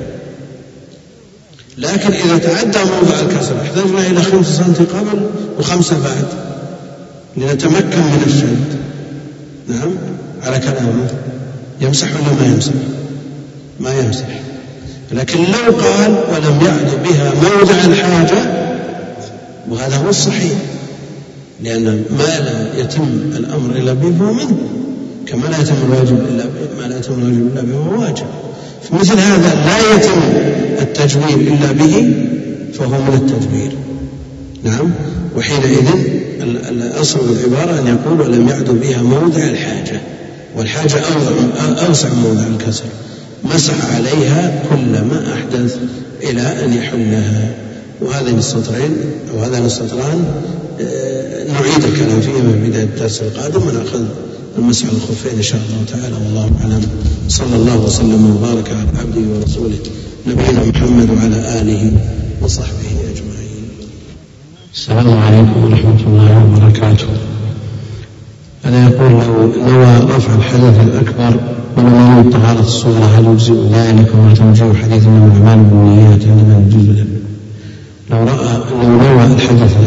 لكن إذا تعدى موضع الكسر احتاجنا إلى خمسة سنتي قبل وخمسة بعد لنتمكن من الشد. نعم. على كلامه يمسح ولا ما يمسح؟ ما يمسح. لكن لو قال ولم يعد بها موضع الحاجة، وهذا هو الصحيح، لأن ما لا يتم الأمر إلا به هو منه، كما لا يتم الواجب إلا به، ما لا يتم الواجب إلا به هو واجب. فمثل هذا لا يتم التجوير إلا به فهو من التجوير. نعم. وحينئذ الأصل العبارة أن يقول ولم يعد بها موضع الحاجة، والحاجة أوسع موضع الكسر، مسح عليها كلما أحدث إلى أن يحلها. وهذين السطرين أو هذان السطران نعيد الكلام فيهما في بداية الدرس القادم، ونأخذ المسح على الخفين إن شاء الله تعالى. والله أعلم. صلى الله وسلم وبارك على عبده ورسوله نبينا محمد وعلى آله وصحبه أجمعين. السلام عليكم ورحمة الله وبركاته. أنا يقول لو نوى رفع الحدث الأكبر ولم ينوي طهارة الصغرى هل يجزئ ذلك؟ وتوجيه حديث من الأعمال بالنيات عندما يجوز له؟ لو رأى لو نوى الحدث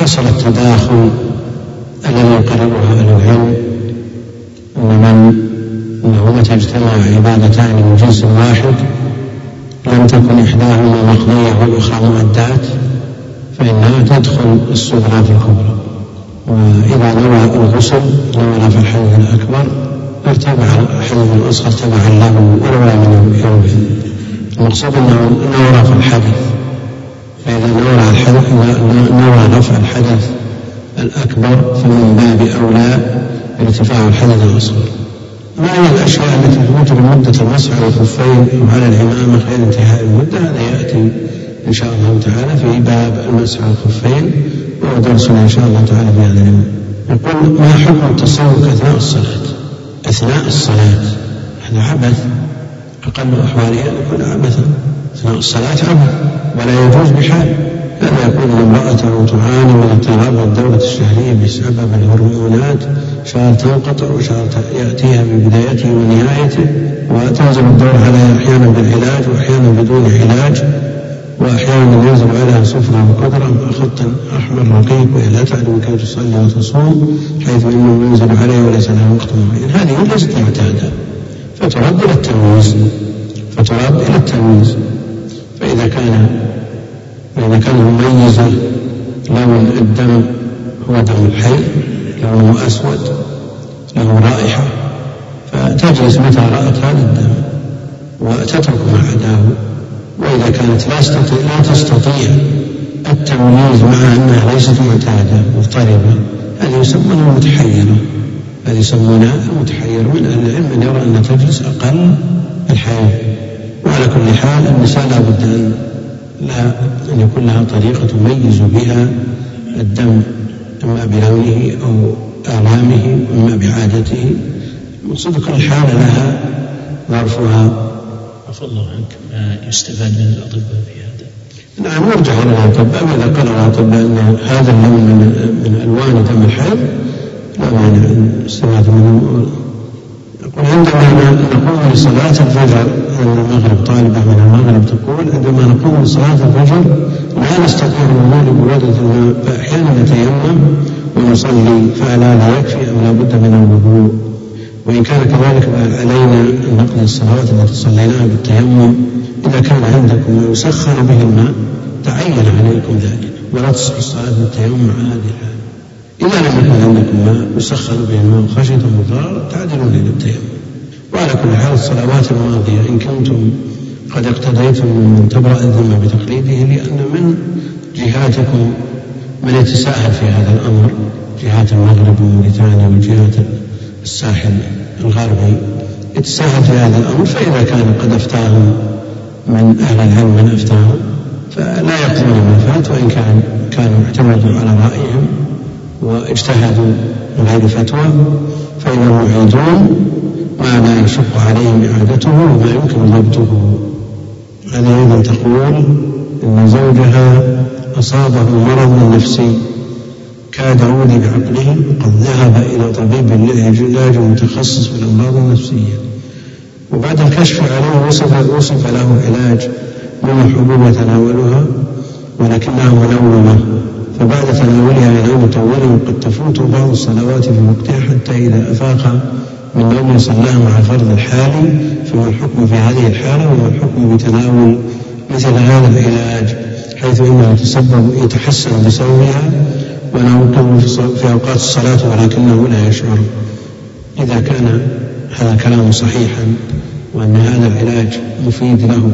حصل التداخل الذي يقرره أهل العلم أن من أنه متى اجتمع عبادتان من جنس واحد لم تكن إحداهما مقضية والأخرى مؤدات فإنها تدخل الصغرى في الكبرى. وإذا نوى الغسل نوى رفع الحدث الأكبر ارتفع الحدث الأصغر تبعا له ونوى من يومه. المقصود أنه نوى رفع الحدث، فإذا نوى الحدث نوى رفع الحدث الأكبر فمن باب أولى ارتفاع الحدث الأصغر. ما هي الأشياء التي توجب مدة المسح على الخفين وعلى العمامة غير انتهاء المدة؟ هذا يأتي إن شاء الله تعالى في باب المسح على الخفين وهو درسنا إن شاء الله تعالى في هذا اليوم. يقول: ما حكم التصوك أثناء الصلاة؟ أثناء الصلاة هذا عبث، أقل أحوالها أن يكون عبثا. أثناء الصلاة عبث ولا يجوز بحال. هذا يقول إن امرأته تعاني من اضطراب الدورة الشهرية بسبب الهرمونات، شهر تنقطع وشهر يأتيها ببدايته ونهايته، وتنزل الدورة عليها أحيانا بالعلاج وأحيانا بدون علاج، وأحيانا ينزل عليها صفرة وقدرة مع خط أحمر رقيق وهي لا تعلم كيف تصلي وتصوم، حيث إنه ينزل عليها وليس لها وقت معين. هذه ليست معتادة فترد إلى التمييز فترد إلى التمييز فإذا كان فإذا كان مميزا لون الدم هو دم الحي، لونه أسود له رائحة، فتجلس متى رأت هذا الدم وتترك ما عداه. وإذا كانت لا تستطيع, لا تستطيع التمييز مع أنها ليست معتادة مضطربة، هذه يسمونها المتحيرة، هذه يسمونها المتحير. من أهل العلم من يرى أن تجلس أقل الحيض. وعلى كل حال النساء لا بد أن لا أن يكون لها طريقة تميز بها الدم إما بلونه أو آلامه وإما بعادته. مقصود كل حالة لها ظرفها. عفى الله عنك، ما يستفاد من الأطباء في هذا؟ نعم، نرجع إلى الأطباء. إذا قال الأطباء أن هذا اللون من, من ألوان دم الحيض لا مانع أن يستفاد منه. يقول: عندما نقوم لصلاة الفجر، أن المغرب طالبة من المغرب تقول: عندما نقوم لصلاة الفجر لا نستطيع الوضوء لبرودة الماء، فأحيانا نتيمم ونصلي، فهل هذا يكفي أم لا بد من الوضوء؟ وإن كان كذلك علينا أن نقضي الصلوات التي صليناها بالتيمم. إذا كان عندكم ما يسخن به الماء تعين عليكم ذلك، ولا تصح الصلاة بالتيمم على هذه الحال. إذا لم يكن عندكم ما يسخن به الماء خشية المضار تعدلون إلى التيمم. وعلى كل حال الصلوات الماضية إن كنتم قد اقتديتم من تبرأ الذمة بتقليده، لأن من جهاتكم من يتساهل في هذا الأمر، جهات المغرب وموريتانيا وجهات الساحل الغربي يتساهل في هذا الأمر، فإذا كان قد أفتاهم من أهل العلم من أفتاهم فلا يقضون ما فات، وإن كان كانوا اعتمدوا على رأيهم واجتهدوا من غير فتوى فإنهم يعيدون ما لا يشق عليهم إعادته وما يمكن ضبطه. هذه أيضا تقول إن زوجها أصابه مرض نفسي كاد يعودي بعقله، وقد ذهب إلى طبيب علاج متخصص في الأمراض النفسية، وبعد الكشف عليه وصف, وصف له علاج من حبوب يتناولها ولكنها منومة، فبعد تناولها ينام طويلا وقد تفوت بعض الصلوات في وقتها، حتى إذا أفاق من نوم صلاها مع الفرض الحالي. فما الحكم في هذه الحالة وما الحكم بتناول مثل هذا العلاج، حيث إنه يتسبب يتحسن بسببها ونومه في أوقات الصلاة ولكنه لا يشعر؟ إذا كان هذا الكلام صحيحا وأن هذا العلاج مفيد له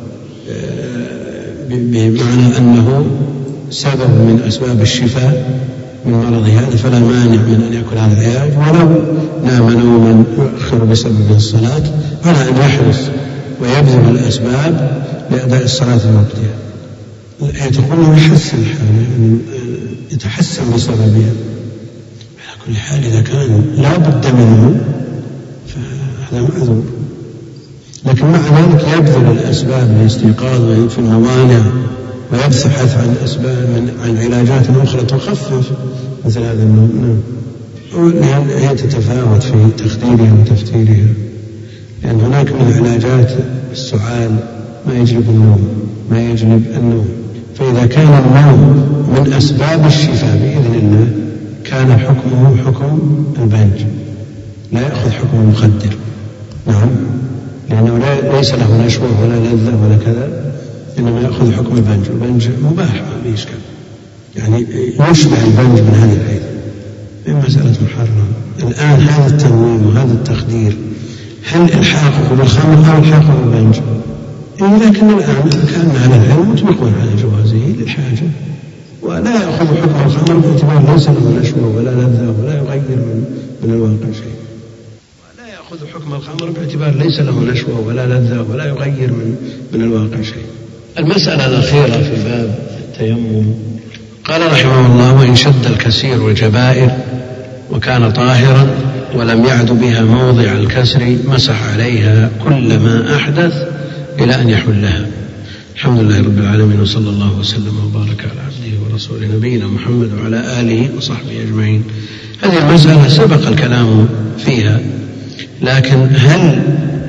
بمعنى أنه سبب من أسباب الشفاء من مرض هذا، فلا مانع من أن يأكل هذا العلاج، ولو نام نوما يؤخر بسبب الصلاة، على أن يحرص ويبذل الأسباب لأداء الصلاة في وقتها. تقول يحسن الحال، يتحسن بسببها. على كل حال إذا كان لا بد منه فهذا معذور، لكن مع ذلك يبذل الأسباب للاستيقاظ وينفي الموانع ويبحث عن أسباب من عن علاجات أخرى تخفف مثل هذا النوع. نعم، هي تتفاوت في تخديرها وتفتيرها، لأن هناك من علاجات السعال ما يجلب النوم ما يجلب النوم فإذا كان النوم من أسباب الشفاء بإذن الله كان حكمه حكم البنج، لا يأخذ حكم المخدر. نعم، لأنه لا ليس له نشوة ولا لذة ولا كذا، إنما يأخذ حكم البنج. البنج مباح ما فيه إشكال، يعني يشبه البنج من هذه الحيث، من مسألة محرم. الآن هذا التنويم وهذا التخدير هل الحاقه بالخمر أو الحاقه بالبنج؟ إيه، لكن الآن كان على العلم مطبقون على جوازه للحاجة، ولا يأخذ حكم الخمر باعتبار ليس له نشوة ولا لذة ولا يغير من, من الواقع شيء. ولا يأخذ حكم الخمر باعتبار ليس له نشوة ولا لذة ولا يغير من, من الواقع شيء. المسألة الأخيرة في باب التيمم قال رحمه الله: وإن شد الكسير الجبائر وكان طاهرا ولم يعد بها موضع الكسر مسح عليها كل ما أحدث إلى أن يحلها. الحمد لله رب العالمين، وصلى الله وسلم وبارك على عبده ورسوله نبينا محمد وعلى آله وصحبه أجمعين. هذه المسألة سبق الكلام فيها، لكن هل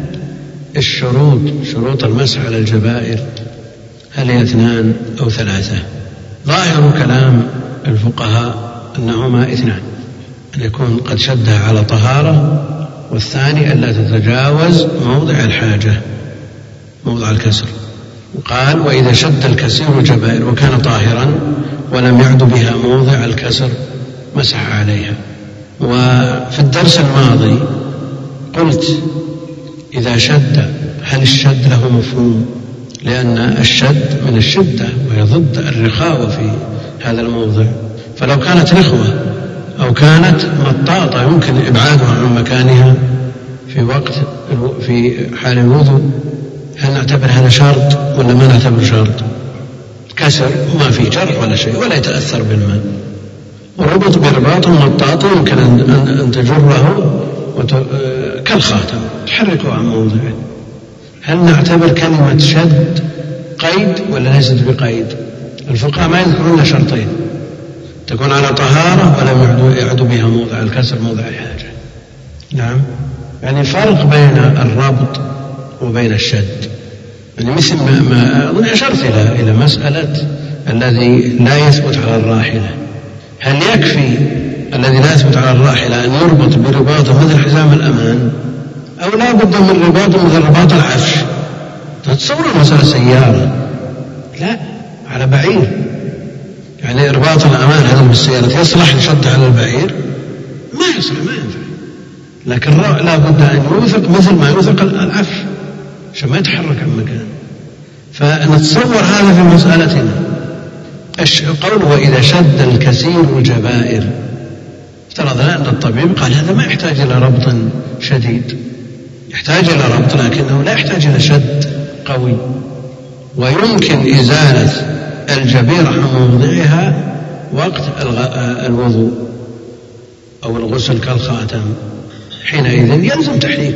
الشروط شروط المسح على الجبائر هل هي اثنان أو ثلاثة؟ ظاهر كلام الفقهاء أنهما اثنان، أن يكون قد شدها على طهارة، والثاني ألا تتجاوز موضع الحاجة موضع الكسر. وقال: وإذا شد الكسير الجبائر وكان طاهرا ولم يعد بها موضع الكسر مسح عليها. وفي الدرس الماضي قلت إذا شد هل الشد له مفهوم؟ لأن الشد من الشدة وهي ضد الرخاوة في هذا الموضع، فلو كانت رخوة أو كانت مطاطة يمكن إبعادها عن مكانها في وقت في حال الوضوء، هل نعتبر هذا شرط ولا ما نعتبر شرط؟ كسر ما في جرح ولا شيء ولا يتأثر بالماء، وربط برباط مطاط يمكن أن تجره كالخاتم تحركه عن موضعه. هل نعتبر كلمة شد قيد ولا ليست بقيد؟ الفقهاء ما يذكرون شرطين: تكون على طهارة ولم يعد بها موضع الكسر موضع الحاجة. نعم، يعني فرق بين الربط وبين الشد. يعني مثل ما أظن أشرت إلى إلى مسألة الذي لا يثبت على الراحلة، هل يكفي الذي لا يثبت على الراحلة أن يربط برباطه مثل حزام الأمان، أو لا بد من رباط مثل رباط العفش؟ تتصور المسألة سيارة، لا على بعير، يعني رباط الأمان هذا بالسيارة يصلح لشد على البعير؟ ما يصلح، ما ينفع. لكن لا بد أن يوثق مثل ما يوثق العفش عشان ما يتحرك عن مكان. فنتصور هذا في مسألتنا. قوله وإذا شد الكثير الجبائر، افترضنا أن الطبيب قال هذا ما يحتاج إلى ربط شديد، يحتاج إلى ربط لكنه لا يحتاج إلى شد قوي، ويمكن إزالة الجبيرة عن موضعها وقت الوضوء أو الغسل كالخاتم، حينئذ يلزم تحريكه.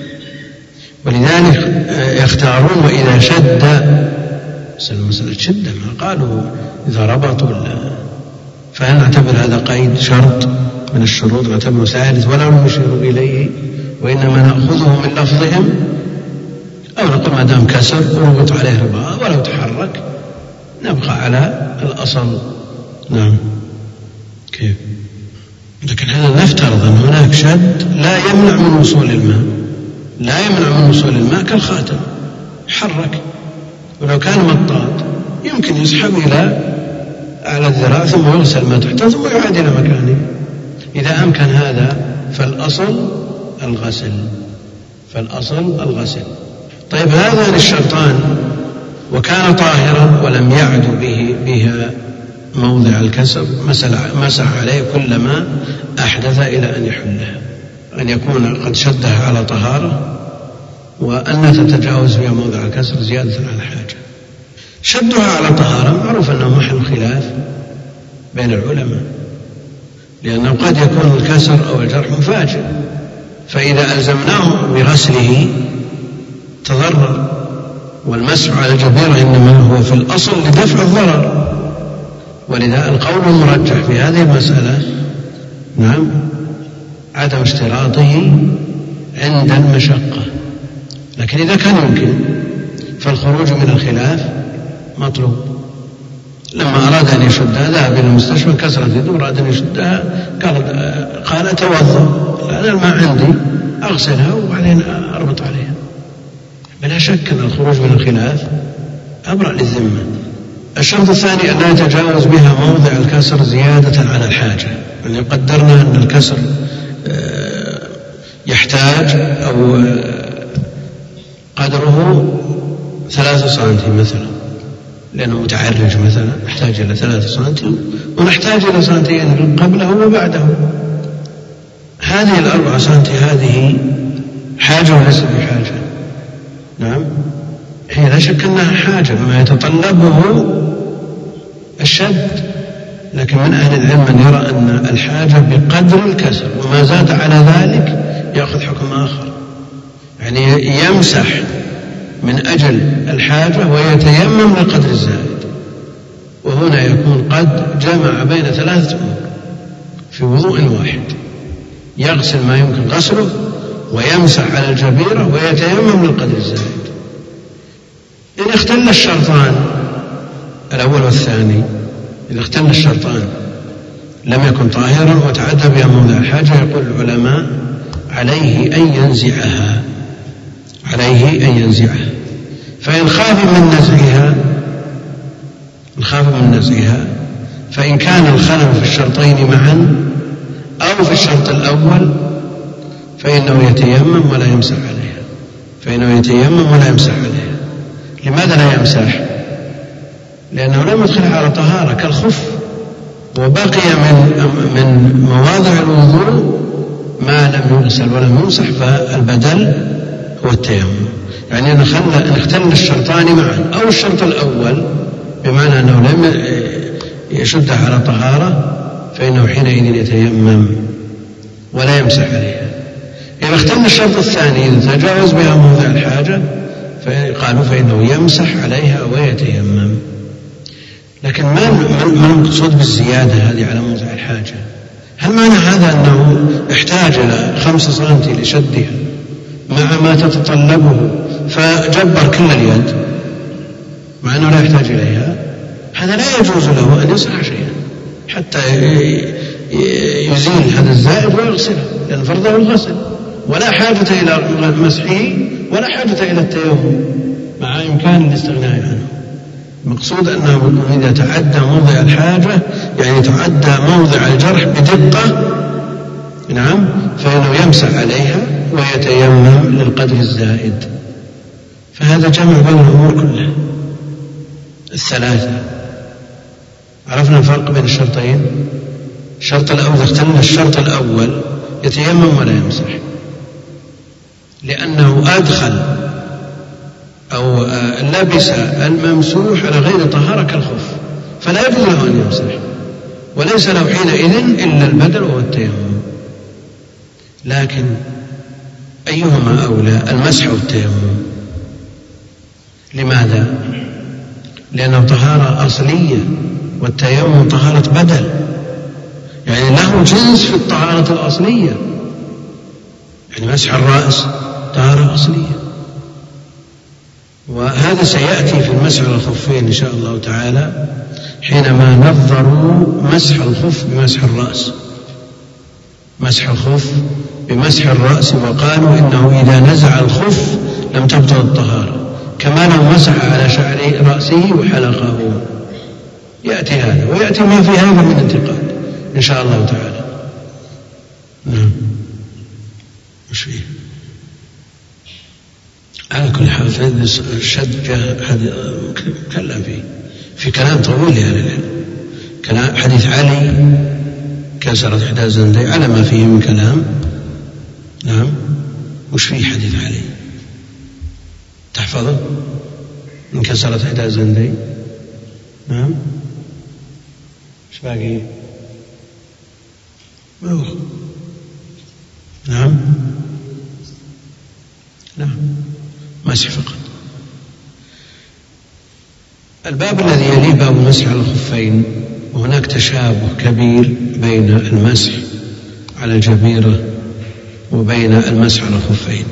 ولذلك يختارون وإذا شد، مسألة شدة ما قالوا إذا ربط ولا، فهل نعتبر هذا قيد شرط من الشروط نعتبره ثالث ولا نشير إليه وإنما نأخذه من لفظهم، أو نقول ما دام كسر وربط عليه رباط ولو تحرك نبقى على الأصل. نعم، كيف؟ لكن هذا نفترض أن هناك شد لا يمنع من وصول الماء، لا يمنع من وصول الماء كالخاتم حرك، ولو كان مطاط يمكن يسحب إلى أعلى الذراع ثم يغسل ما تحته ثم يعاد إلى مكانه. إذا أمكن هذا فالأصل الغسل، فالأصل الغسل. طيب هذان الشرطان وكان طاهرا ولم يعد به بها موضع الكسر مسح عليه كلما أحدث إلى أن يحلها، أن يكون قد شدها على طهارة وأن تتجاوز بها موضع الكسر زيادة على حاجة. شدها على طهارة معروف أنه محل خلاف بين العلماء، لأنه قد يكون الكسر أو الجرح مفاجئ، فإذا ألزمناه بغسله تضرر، والمسح على الجبيرة إنما هو في الأصل لدفع الضرر. ولذا القول المرجح في هذه المسألة نعم عدم اشتراطه عند المشقة، لكن إذا كان يمكن فالخروج من الخلاف مطلوب. لما أراد أن يشدها ذهب إلى المستشفى كسرت يده أراد أن يشدها قال قال أتوضأ أنا الماء عندي أغسلها وبعدين أربط عليها. بلا شك أن الخروج من الخلاف أبرأ للذمة. الشرط الثاني أن لا يتجاوز بها موضع الكسر زيادة على الحاجة، يعني قدرنا أن الكسر يحتاج أو قدره ثلاثة سنتي مثلا، لأنه متعرج مثلا نحتاج إلى ثلاثة سنتي ونحتاج إلى سنتين قبله وبعده. هذه الأربعة سنتي هذه حاجة وليست بحاجة. نعم هي لا شك أنها حاجة بما يتطلبه الشد، لكن من أهل العلم من يرى أن الحاجة بقدر الكسر وما زاد على ذلك يأخذ حكم آخر، يعني يمسح من أجل الحاجة ويتيمم للقدر الزائد. وهنا يكون قد جمع بين ثلاثة أمور في وضوء واحد، يغسل ما يمكن غسله ويمسح على الجبيرة ويتيمم للقدر الزائد. إن اختل الشرطان الأول والثاني، إذا اختل الشرطان لم يكن طاهرا وتعدى بها موضع الحاجة، يقول العلماء عليه أن ينزعها عليه أن ينزعها فإن خاف من نزعها خاف من نزعها فإن كان الخلل في الشرطين معا أو في الشرط الأول فإنه يتيمم ولا يمسح عليها فإنه يتيمم ولا يمسح عليها. لماذا لا يمسح؟ لأنه لم يدخل على طهارة كالخف، وبقي من من مواضع الوضوء ما لم يغسل ولم يمسح، فالبدل هو التيمم. يعني إن اختل الشرطان معا أو الشرط الأول بمعنى أنه لم يشد على طهارة فإنه حينئذ يتيمم ولا يمسح عليها. إذا اختل الشرط الثاني إذا تجاوز بها موضع الحاجة قالوا فإنه يمسح عليها ويتيمم. لكن ما المقصود بالزيادة هذه على موضع الحاجة؟ هل معنى هذا أنه احتاج إلى خمس سنتي لشدها مع ما تتطلبه فجبر كل اليد مع أنه لا يحتاج إليها؟ هذا لا يجوز له أن يصنع شيئا حتى يزيل هذا الزائد ويغسله، لأن فرضه الغسل، ولا حاجة إلى مسحه ولا حاجة إلى التيمم مع إمكان الاستغناء عنه. المقصود أنه إذا تعدى موضع الحاجة يعني تعدى موضع الجرح بدقة نعم فإنه يمسح عليها ويتيمم للقدر الزائد. فهذا جمع بين الأمور كلها الثلاثة. عرفنا الفرق بين الشرطين. الشرط الأول إذا اختل الشرط الأول يتيمم ولا يمسح لأنه أدخل أو لبس الممسوح على غير طهارة كالخف، فلا يجوز له أن يمسح، وليس له حينئذ إلا البدل وهو التيمم. لكن أيهما أولى، المسح والتيمم؟ لماذا؟ لأنه طهارة أصلية والتيمم طهارة بدل، يعني له جنس في الطهارة الأصلية. يعني مسح الرأس طهارة أصلية، وهذا سيأتي في المسح على الخفين إن شاء الله تعالى حينما نظروا مسح الخف بمسح الرأس، مسح الخف بمسح الرأس، وقالوا إنه إذا نزع الخف لم تبطل الطهارة كما لو مسح على شعر رأسه وحلقه. يأتي هذا ويأتي ما في هذا من انتقاد إن شاء الله تعالى. نعم مش فيه على كل حال في الشد هذا كلام فيه في كلام طويل لأهل العلم. كلام حديث علي كسرت إحدى زندي على ما فيه من كلام. نعم وش فيه حديث علي تحفظه إن كسرت إحدى زندي؟ نعم ايش باقي؟ نعم نعم مسح فقط. الباب الذي يليه باب المسح على الخفين، وهناك تشابه كبير بين المسح على الجبيرة وبين المسح على الخفين،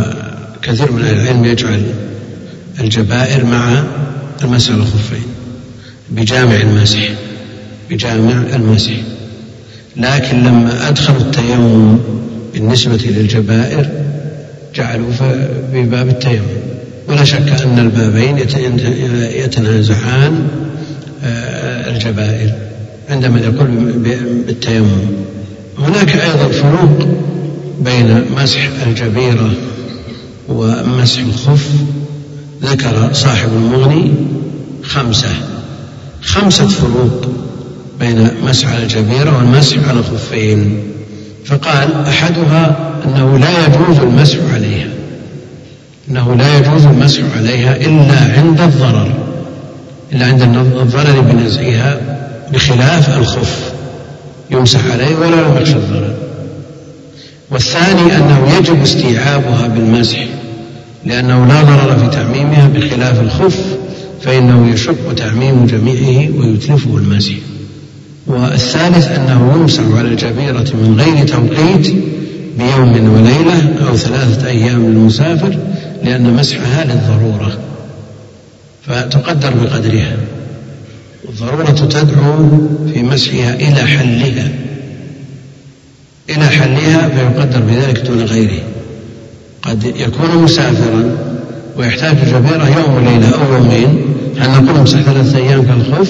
وكثير من العلم يجعل الجبائر مع المسح على الخفين بجامع المسح بجامع المسح لكن لما أدخلوا التيمم بالنسبة للجبائر جعلوا في باب التيمم، ولا شك أن البابين يتنازعان الجبائر عندما يقول بالتيمم. هناك أيضا فروق بين مسح الجبيرة ومسح الخف. ذكر صاحب المغني خمسة خمسة فروق بين مسح على الجبيرة والمسح على الخفين، فقال أحدها أنه لا يجوز المسح عليها أنه لا يجوز المسح عليها إلا عند الضرر إلا عند الضرر بنزعها، بخلاف الخف يمسح عليه ولا لم يخشى الضرر. والثاني أنه يجب استيعابها بالمسح لأنه لا ضرر في تعميمها، بخلاف الخف فإنه يشق تعميم جميعه ويتلفه المسح. والثالث أنه يمسح على الجبيرة من غير توقيت بيوم وليلة أو ثلاثة أيام للمسافر، لأن مسحها للضرورة فتقدر بقدرها، والضرورة تدعو في مسحها إلى حلها إلى حلها فيقدر بذلك دون غيره. قد يكون مسافرا ويحتاج جبيرة يوم وليلة أو يومين، هل نقول امسح ثلاثة أيام كالخف؟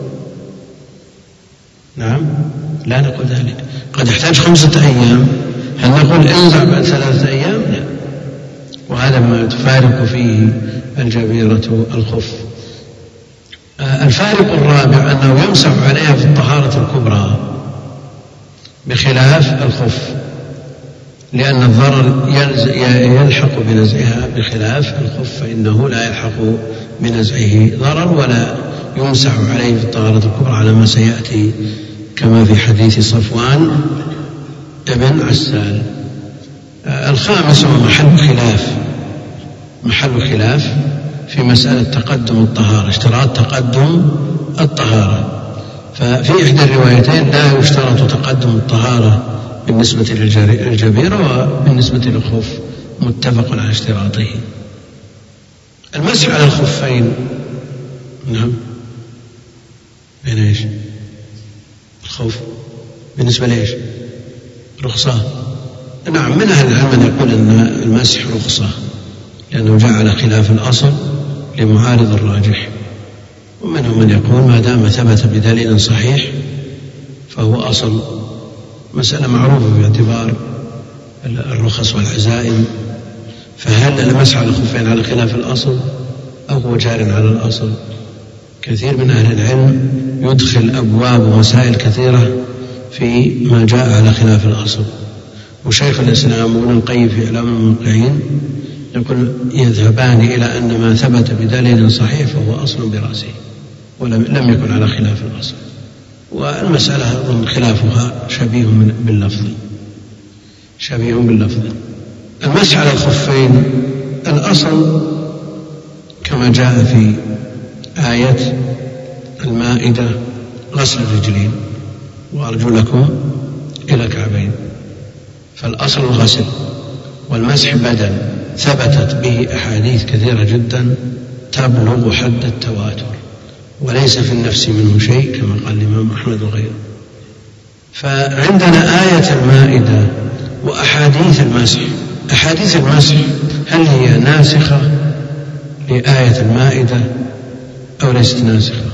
نعم لا نقول ذلك. قد يحتاج خمسة أيام، هل نقول انزع بعد ثلاثة أيام؟ لا. وهذا ما تفارق فيه الجبيرة الخف. الفارق الرابع أنه يمسح عليها في الطهارة الكبرى بخلاف الخف، لأن الضرر يلحق بنزعها، بخلاف الخف فإنه لا يلحق بنزعه ضرر ولا يمسح عليه في الطهارة الكبرى على ما سيأتي كما في حديث صفوان ابن عسال. الخامس هو محل خلاف محل خلاف في مسألة تقدم الطهارة، اشتراط تقدم الطهارة. ففي إحدى الروايتين لا يشترط تقدم الطهارة بالنسبة للجبيرة، وبالنسبة للخف متفق على اشتراطه. المسح على الخفين نعم بين ايش؟ الخوف بالنسبة ليش؟ رخصة. نعم، من أهل العلم من يقول أن المسح رخصة لأنه جاء على خلاف الأصل لمعارض الراجح، ومنهم من يقول ما دام ثبت بدليل صحيح فهو أصل. مسألة معروفة باعتبار الرخص والعزائم، فهل المسح على الخفين على خلاف الأصل أو هو جار على الأصل؟ كثير من أهل العلم يدخل أبواب ومسائل كثيرة في ما جاء على خلاف الأصل، وشيخ الإسلام وابن القيم في إعلام الموقعين يقول يذهبان إلى أن ما ثبت بدليل صحيح فهو أصل برأسه ولم يكن على خلاف الأصل. والمسألة من خلافها شبيه باللفظ شبيه باللفظ. المسح على الخفين الأصل كما جاء في آية المائدة غسل الرجلين وأرجلكم إلى الكعبين، فالأصل الغسل، والمسح بدل ثبتت به أحاديث كثيرة جدا تبلغ حد التواتر وليس في النفس منه شيء كما قال الإمام أحمد وغيره. فعندنا آية المائدة وأحاديث المسح. أحاديث المسح هل هي ناسخة لآية المائدة أو ليست ناسخة؟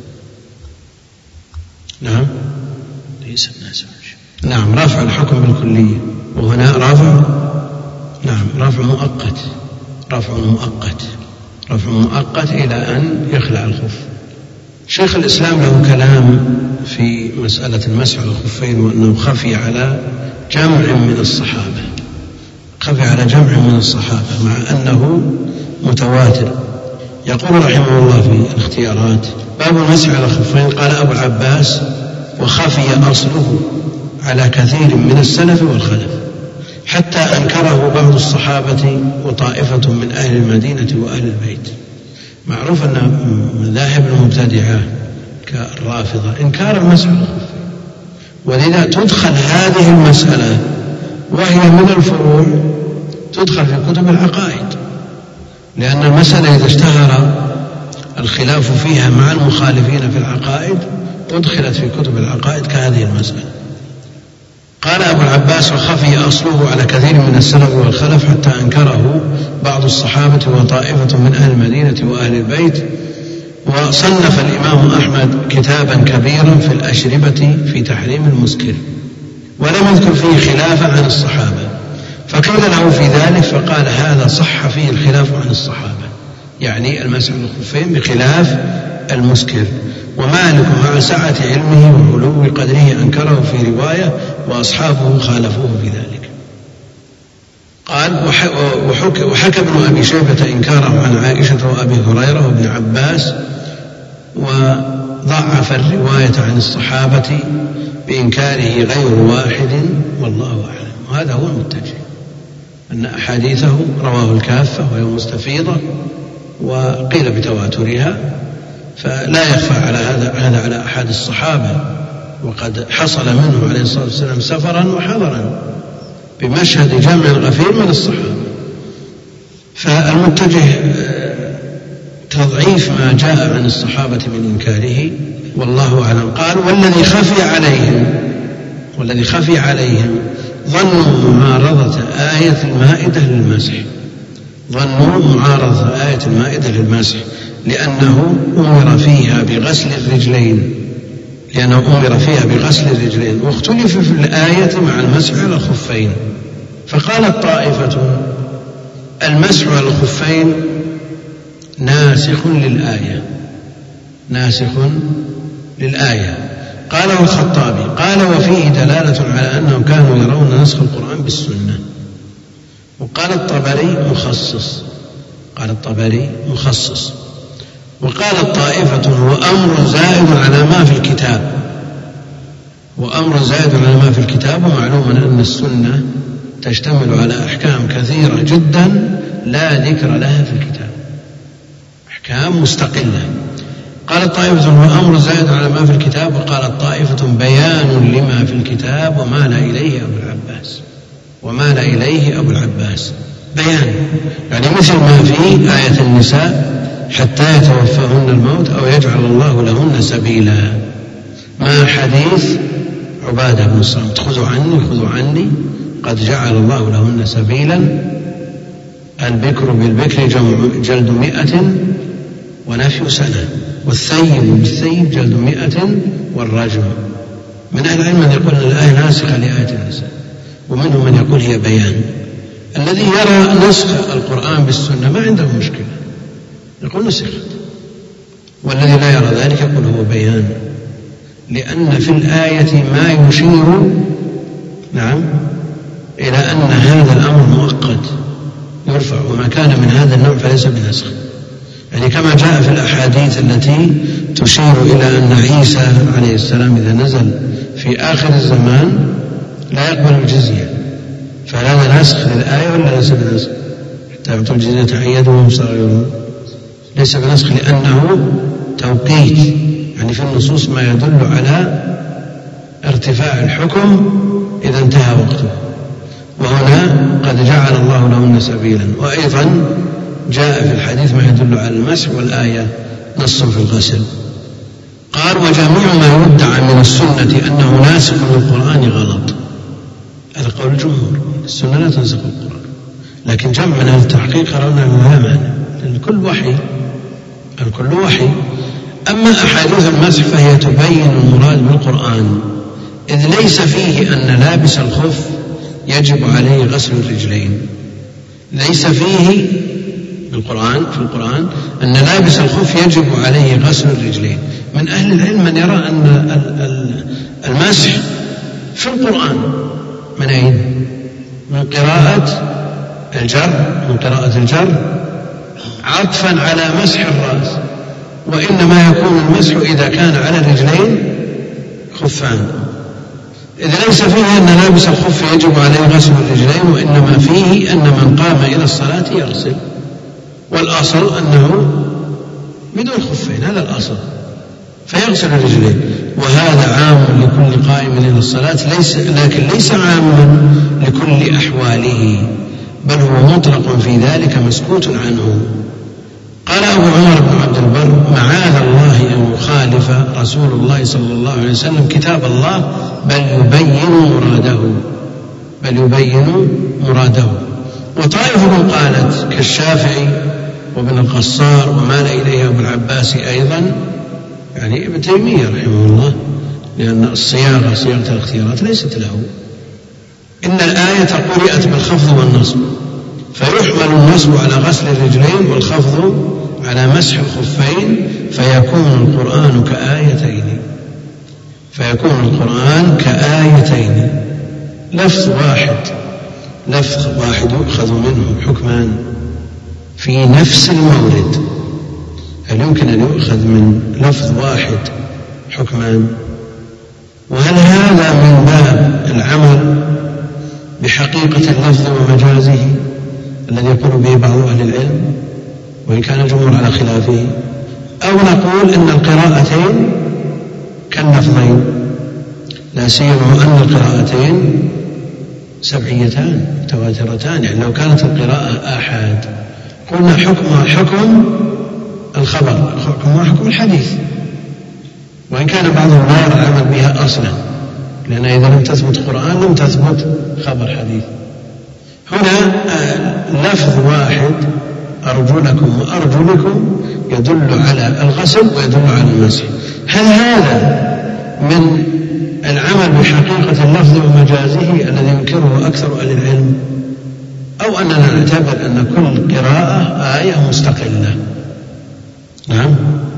نعم ليست ناسخة. نعم، رفع الحكم بالكلية، وهنا رفع نعم رفع مؤقت رفع مؤقت رفع مؤقت إلى أن يخلع الخف. شيخ الإسلام له كلام في مسألة المسح على الخفين، وأنه خفي على جمع من الصحابة خفي على جمع من الصحابة مع أنه متواتر. يقول رحمه الله في الاختيارات: باب المسح على الخفين، قال أبو العباس: وخفي أصله على كثير من السلف والخلف حتى أنكره بعض الصحابة وطائفة من أهل المدينة وأهل البيت. معروف أن مذاهب المبتدعة كالرافضة إنكار المسح على الخفين، ولذا تدخل هذه المسألة وهي من الفروع تدخل في كتب العقائد، لأن المسألة إذا اشتهر الخلاف فيها مع المخالفين في العقائد أدخلت في كتب العقائد كهذه المسألة. قال أبو العباس: وخفي أصله على كثير من السلف والخلف حتى أنكره بعض الصحابة وطائفة من أهل المدينة وأهل البيت. وصنف الإمام أحمد كتابا كبيرا في الأشربة في تحريم المسكر، ولم يذكر فيه خلافا عن الصحابة، فقيل له في ذلك فقال: هذا صح فيه الخلاف عن الصحابة، يعني المسح الخفين بخلاف المسكر. ومالك مع سعة علمه وعلو قدره أنكره في رواية، وأصحابه خالفوه في ذلك. قال: وحكى ابن أبي شيبة إنكاره عن عائشة وأبي هريرة وابن عباس، وضعف الرواية عن الصحابة بإنكاره غير واحد، والله أعلم. وهذا هو المتجه، أن أحاديثه رواه الكافة وهي مستفيضة وقيل بتواترها، فلا يخفى على هذا هذا على أحد الصحابة، وقد حصل منه عليه الصلاة والسلام سفرا وحضرا بمشهد جمع غفير من الصحابة. فالمتجه تضعيف ما جاء عن الصحابة من إنكاره، والله أعلم. قال: والذي خفي عليهم والذي خفي عليهم ظنوا معارضة آية المائدة للمسح ظنوا معارضة آية المائدة للمسح لأنه أمر فيها بغسل الرجلين لأنه أمر فيها بغسل الرجلين واختلف في الآية مع المسح على الخفين. فقالت طائفة: المسح على الخفين ناسخ للآية ناسخ للآية قاله الخطابي. قال: وفيه دلالة على أنهم كانوا يرون نسخ القرآن بالسنة. وقال الطبري مخصص قال الطبري مخصص وقال طائفة: هو أمر زائد على ما في الكتاب وأمر زائد على ما في الكتاب ومعلوم أن السنة تشتمل على أحكام كثيرة جدا لا ذكر لها في الكتاب، أحكام مستقلة. قال طائفة: هو أمر زائد على ما في الكتاب. وقال طائفة: بيان لما في الكتاب ومال إليه أبو العباس ومال إليه أبو العباس بيان، يعني مثل ما في آية النساء: حتى يتوفاهن الموت أو يجعل الله لهن سبيلا، ما حديث عبادة بن الصامت: خذوا عني خذوا عني قد جعل الله لهن سبيلا، البكر بالبكر جلد مئة ونفي سنة، والثيب بالثيب جلد مئة والرجم. من أهل العلم من يقول أن الآية ناسخة لآية النساء، ومنهم من يقول هي بيان. الذي يرى نسخ القرآن بالسنة ما عنده مشكلة، يقول نسخت، والذي لا يرى ذلك يقول هو بيان، لأن في الآية ما يشير نعم إلى أن هذا الأمر مؤقت يرفع، وما كان من هذا النوع فليس بنسخ. يعني كما جاء في الأحاديث التي تشير إلى أن عيسى عليه السلام إذا نزل في آخر الزمان لا يقبل الجزية، فهذا نسخ للآية ولا ليس بنسخ؟ حتى يعطوا الجزية عن يد وهم صاغرون، ليس بنسخ لأنه توقيت، يعني في النصوص ما يدل على ارتفاع الحكم إذا انتهى وقته، وهنا قد جعل الله لهن سبيلا. وأيضا جاء في الحديث ما يدل على المسح، والآية نص في الغسل. قال: وجميع ما يدعى من السنة أنه ناسخ للقرآن غلط. هذا قول الجمهور، السنة لا تنسخ القرآن، لكن جمع من أهل التحقيق قالوا أنه لا معنى، لأن كل وحي الكل وحي. أما أحاديث المسح فهي تبين المراد بالقرآن، إذ ليس فيه أن لابس الخف يجب عليه غسل الرجلين، ليس فيه بالقرآن في القرآن أن لابس الخف يجب عليه غسل الرجلين. من أهل العلم من يرى أن المسح في القرآن من أين؟ من قراءة الجر من قراءة الجر عطفا على مسح الرأس، وإنما يكون المسح إذا كان على الرجلين خفان، إذ ليس فيه أن لابس الخف يجب عليه غسل الرجلين، وإنما فيه أن من قام إلى الصلاة يغسل، والأصل أنه بدون خفين، هذا الأصل، فيغسل الرجلين. وهذا عام لكل قائم إلى الصلاة، ليس لكن ليس عاما لكل أحواله، بل هو مطلق في ذلك مسكوت عنه. قال أبو عمر بن عبد البر: معاذ الله أن يخالف رسول الله صلى الله عليه وسلم كتاب الله، بل يبين مراده بل يبين مراده وطائفة قالت كالشافعي وابن القصار ومال إليه أبو العباس أيضا، يعني ابن تيمية رحمه الله، لأن الصياغة صياغة الاختيارات ليست له، إن الآية قرأت بالخفض والنصب، فيحمل النصب على غسل الرجلين والخفض على مسح الخفين، فيكون القرآن كآيتين فيكون القرآن كآيتين لفظ واحد لفظ واحد يؤخذ منه حكمان في نفس المورد. هل يمكن أن يؤخذ من لفظ واحد حكمان؟ وهل هذا من باب العمل بحقيقة اللفظ ومجازه الذي يقول به بعض أهل العلم وإن كان الجمهور على خلافه، أو نقول إن القراءتين كاللفظين، لا سيما أن القراءتين سبعيتان متواترتان، يعني لو كانت القراءة آحاد قلنا حكم حكم الخبر، حكم حكم الحديث، وإن كان بعضهم لا يرى العمل بها أصلا، لأن إذا لم تثبت قرآن لم تثبت خبر حديث. هنا لفظ واحد أرجلكم وأرجلكم يدل على الغسل ويدل على المسح. هل هذا من العمل بحقيقة اللفظ ومجازه الذي ينكره أكثر أهل العلم، أو أننا نعتبر أن كل قراءة آية مستقلة؟ نعم.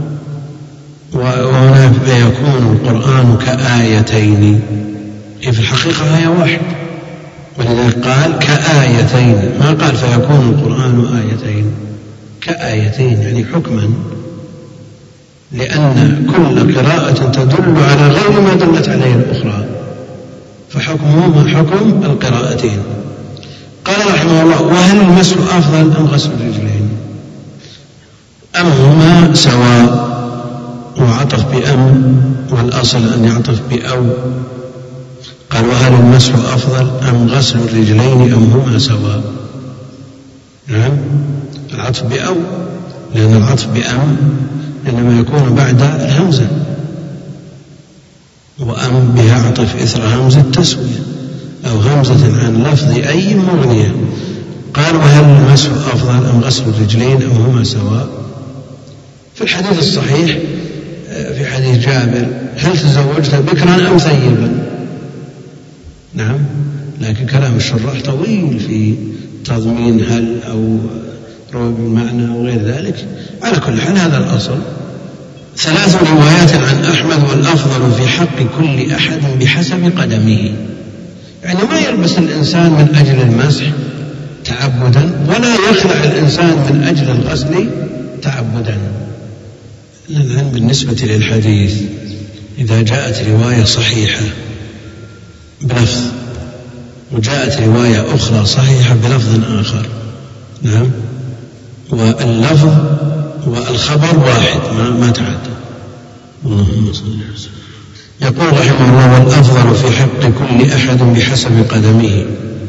وهنا يكون القرآن كآيتين، هي في الحقيقة آية واحد، ولذلك قال كآيتين، ما قال فيكون القرآن آيتين، كآيتين يعني حكما، لأن كل قراءة تدل على غير ما دلت عليه الأخرى، فحكمهما حكم القراءتين. قال رحمه الله: وهل المسح أفضل أم غسل الرجلين؟ أم هما سواء؟ وعطف بأم، والأصل أن يعطف بأو. قال: وهل المسح أفضل أم غسل الرجلين أم هما سواء؟ نعم، العطف بأو، لأن العطف بأم إنما يكون بعد الهمزة، وأم بها عطف إثر همزة تسوية أو همزة عن لفظ أي مغنية. قال: وهل المسح أفضل أم غسل الرجلين أم هما سواء؟ في الحديث الصحيح في حديث جابر: هل تزوجت بكرا أم ثيبا؟ نعم، لكن كلام الشراح طويل في تضمين هل أو روى بالمعنى أو غير ذلك. على كل حال هذا الأصل. ثلاث روايات عن أحمد: والأفضل في حق كل أحد بحسب قدمه، يعني ما يلبس الإنسان من أجل المسح تعبدا، ولا يخلع الإنسان من أجل الغسل تعبدا. الآن بالنسبة للحديث، إذا جاءت رواية صحيحة بلفظ وجاءت رواية أخرى صحيحة بلفظ آخر، نعم، واللفظ والخبر واحد ما, ما تعدى. اللهم صل وسلم. يقول رحمه الله: والأفضل في حق كل أحد بحسب قدمه،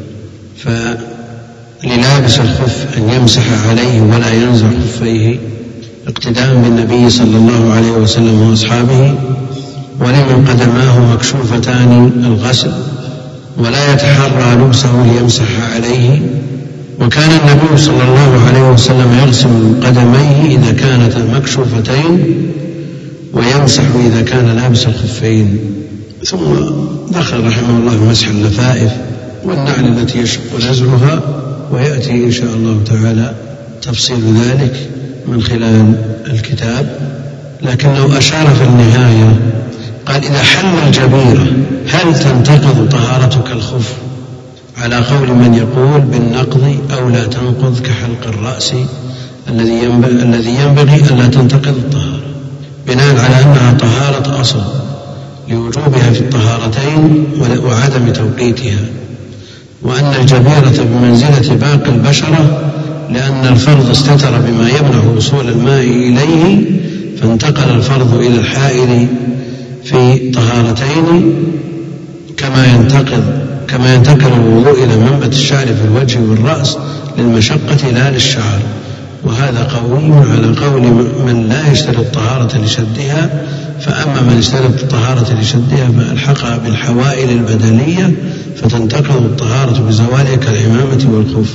فللابس الخف أن يمسح عليه ولا ينزع خفيه اقتداء بالنبي صلى الله عليه وسلم وأصحابه، ولمن قدماه مكشوفتان الغسل، ولا يتحرى لبسه ليمسح عليه. وكان النبي صلى الله عليه وسلم يغسل قدميه إذا كانتا مكشوفتين، ويمسح إذا كان لابس الخفين. ثم دخل رحمه الله مسح اللفائف والنعل التي يشق نزلها، ويأتي إن شاء الله تعالى تفصيل ذلك من خلال الكتاب. لكنه أشار في النهاية قال: إذا حل الجبيرة هل تنتقض طهارتك الخف؟ على قول من يقول بالنقض أو لا تنقض، كحلق الرأس الذي ينبغي, الذي ينبغي ألا تنتقض الطهارة، بناء على أنها طهارة أصل لوجوبها في الطهارتين وعدم توقيتها، وأن الجبيرة بمنزلة باقي البشرة، لأن الفرض استتر بما يمنع وصول الماء إليه، فانتقل الفرض إلى الحائل في طهارتين، كما ينتقل كما ينتقل الوضوء إلى منبت الشعر في الوجه والرأس للمشقة لا للشعر. وهذا قوي على قول من لا يشترط الطهارة لشدها. فأما من اشترط الطهارة لشدها فألحقها بالحوائل البدنية فتنتقض الطهارة بزوالها كالعمامة والخف.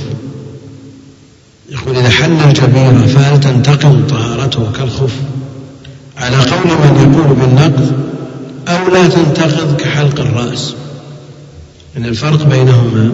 يقول إذا حل الجبيرة فهل تنتقض طهارته كالخف على قول من يقول بالنقض أو لا تنتقض كحلق الرأس. من الفرق بينهما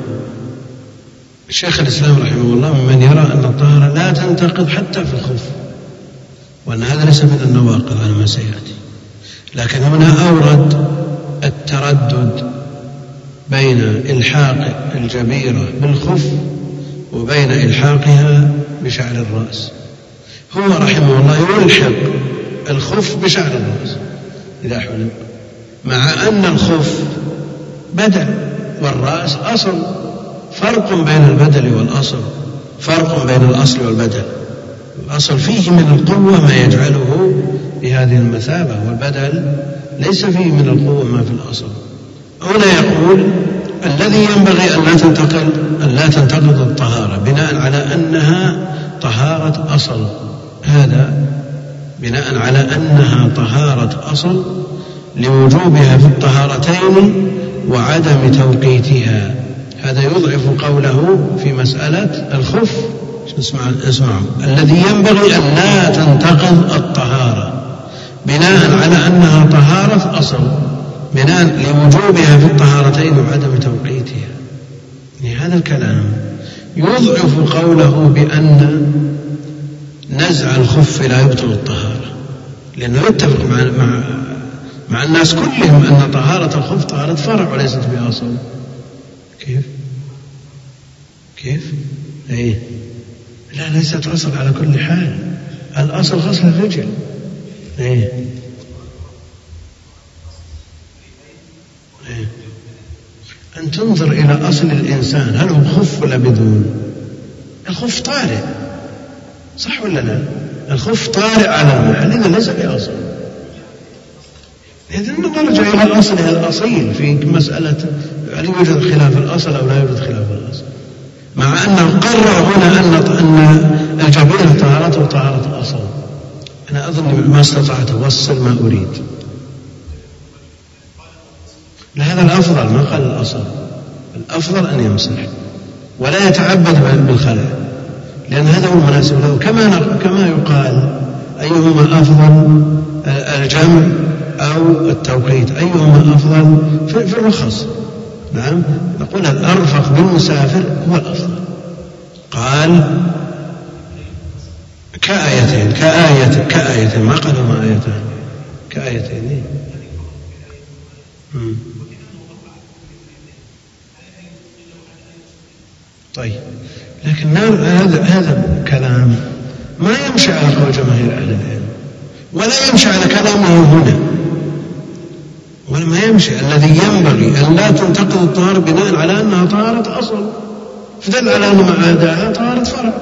الشيخ الإسلام رحمه الله ممن يرى أن الطهارة لا تنتقض حتى في الخف، وأن هذا ليس من النواقض على ما سيأتي. لكن هنا أورد التردد بين إلحاق الجبيرة بالخف وبين إلحاقها بشعر الرأس. هو رحمه الله يلحق الخف بشعر الرأس إذا حلق، مع أن الخف بدل والرأس أصل. فرق بين البدل والأصل، فرق بين الأصل والبدل. الأصل فيه من القوة ما يجعله بهذه المثابة، والبدل ليس فيه من القوة ما في الأصل. هنا يقول الذي ينبغي أن لا تنتقل أن لا تنتقض الطهارة بناء على أنها طهارة أصل، هذا بناء على أنها طهارة أصل لوجوبها في الطهارتين وعدم توقيتها. هذا يضعف قوله في مسألة الخف. اسمعوا، الذي ينبغي أن لا تنتقض الطهارة بناء على أنها طهارة أصل بناء لوجوبها في الطهارتين وعدم توقيتها. يعني هذا الكلام يضعف قوله بأن نزع الخف لا يبطل الطهارة، لأنه يتفق مع, مع, مع الناس كلهم أن طهارة الخف طهارة فرع وليست بأصل. كيف؟ كيف؟ ايه لا ليست أصل على كل حال. الأصل غسل الرجل. ايه ايه أن تنظر إلى أصل الإنسان، هل هو خف ولا بدون؟ الخف طارئ، صح ولا لا؟ الخف طارئ على المحل، إذا ليس بأصل. إذن نرجع إلى الأصل الأصيل في مسألة هل يوجد خلاف الأصل أو لا يوجد خلاف الأصل، مع أنه قرر هنا أن الجبيرة طهارته طهارة الأصل. أنا أظن ما استطعت أوصل ما أريد. لهذا الأفضل ما قال الأصل، الأفضل أن يمسح ولا يتعبد بالخلع، لأن هذا هو المناسب له. كما كما يقال أيهما أفضل، الجمع أو التوقيت، أيهما أفضل في الرخص. نعم، نقول الأرفق بالمسافر هو الأفضل. قال كآيتين كآية كآيتين ما قالوا ما آيتان، كآيتين. طيب، لكن هذا هذا كلام ما يمشي على قول جماهير أهل العلم، ولا يمشي على كلامه هنا، ولا ما يمشي. الذي ينبغي أن لا تنتقض الطهارة بناء على أنها طهارة أصل، فدل على أن ما عاداها طهارة فرع.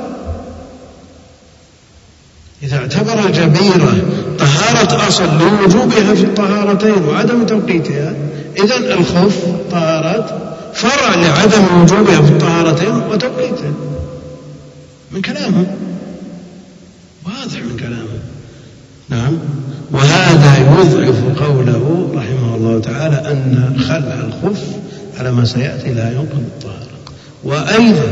إذا اعتبر الجبيرة طهارة أصل لوجوبها في الطهارتين وعدم توقيتها، إذن الخف طهارة فرع لعدم وجوبها في الطهارتين وتوقيتها. من كلامه واضح، من كلامه. نعم، وهذا يضعف قوله رحمه الله تعالى أن خلع الخف على ما سيأتي لا ينقض الطهارة. وأيضا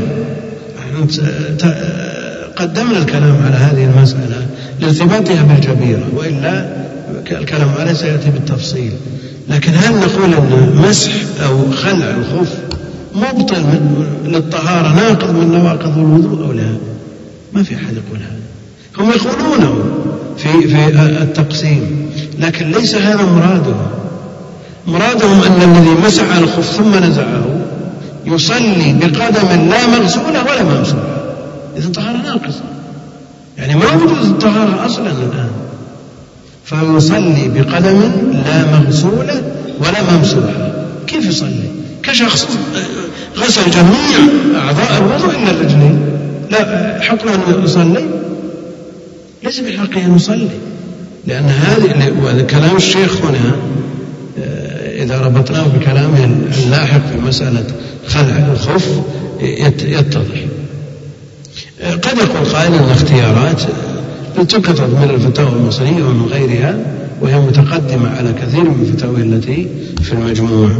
قدمنا الكلام على هذه المسألة لارتباطها بالجبيرة، وإلا الكلام عليه سيأتي بالتفصيل. لكن هل نقول أن مسح أو خلع الخف مبطل للطهارة ناقض من نواقض الوضوء أو لا؟ ما في أحد يقول هذا. هم يقولونه في في التقسيم، لكن ليس هذا مرادهم. مرادهم أن الذي مسح الخف ثم نزعه يصلي بقدم لا مغسولة ولا ممسوحة، إذا الطهارة ناقصة، يعني ما وجود الطهارة أصلا الآن. فيصلي بقدم لا مغسولة ولا ممسوحة. كيف يصلي؟ كشخص غسل جميع أعضاء الوضوء إلا الرجلين، لا حق له أن يصلي؟ ليس بحقه أن يصلي، لأن هذه كلام الشيخ هنا إذا ربطناه بكلامه اللاحق في مسألة خلع الخف يتضح. قد يقول قائل أن الاختيارات التقطت من الفتاوى المصرية ومن غيرها، وهي متقدمة على كثير من الفتاوى التي في المجموع،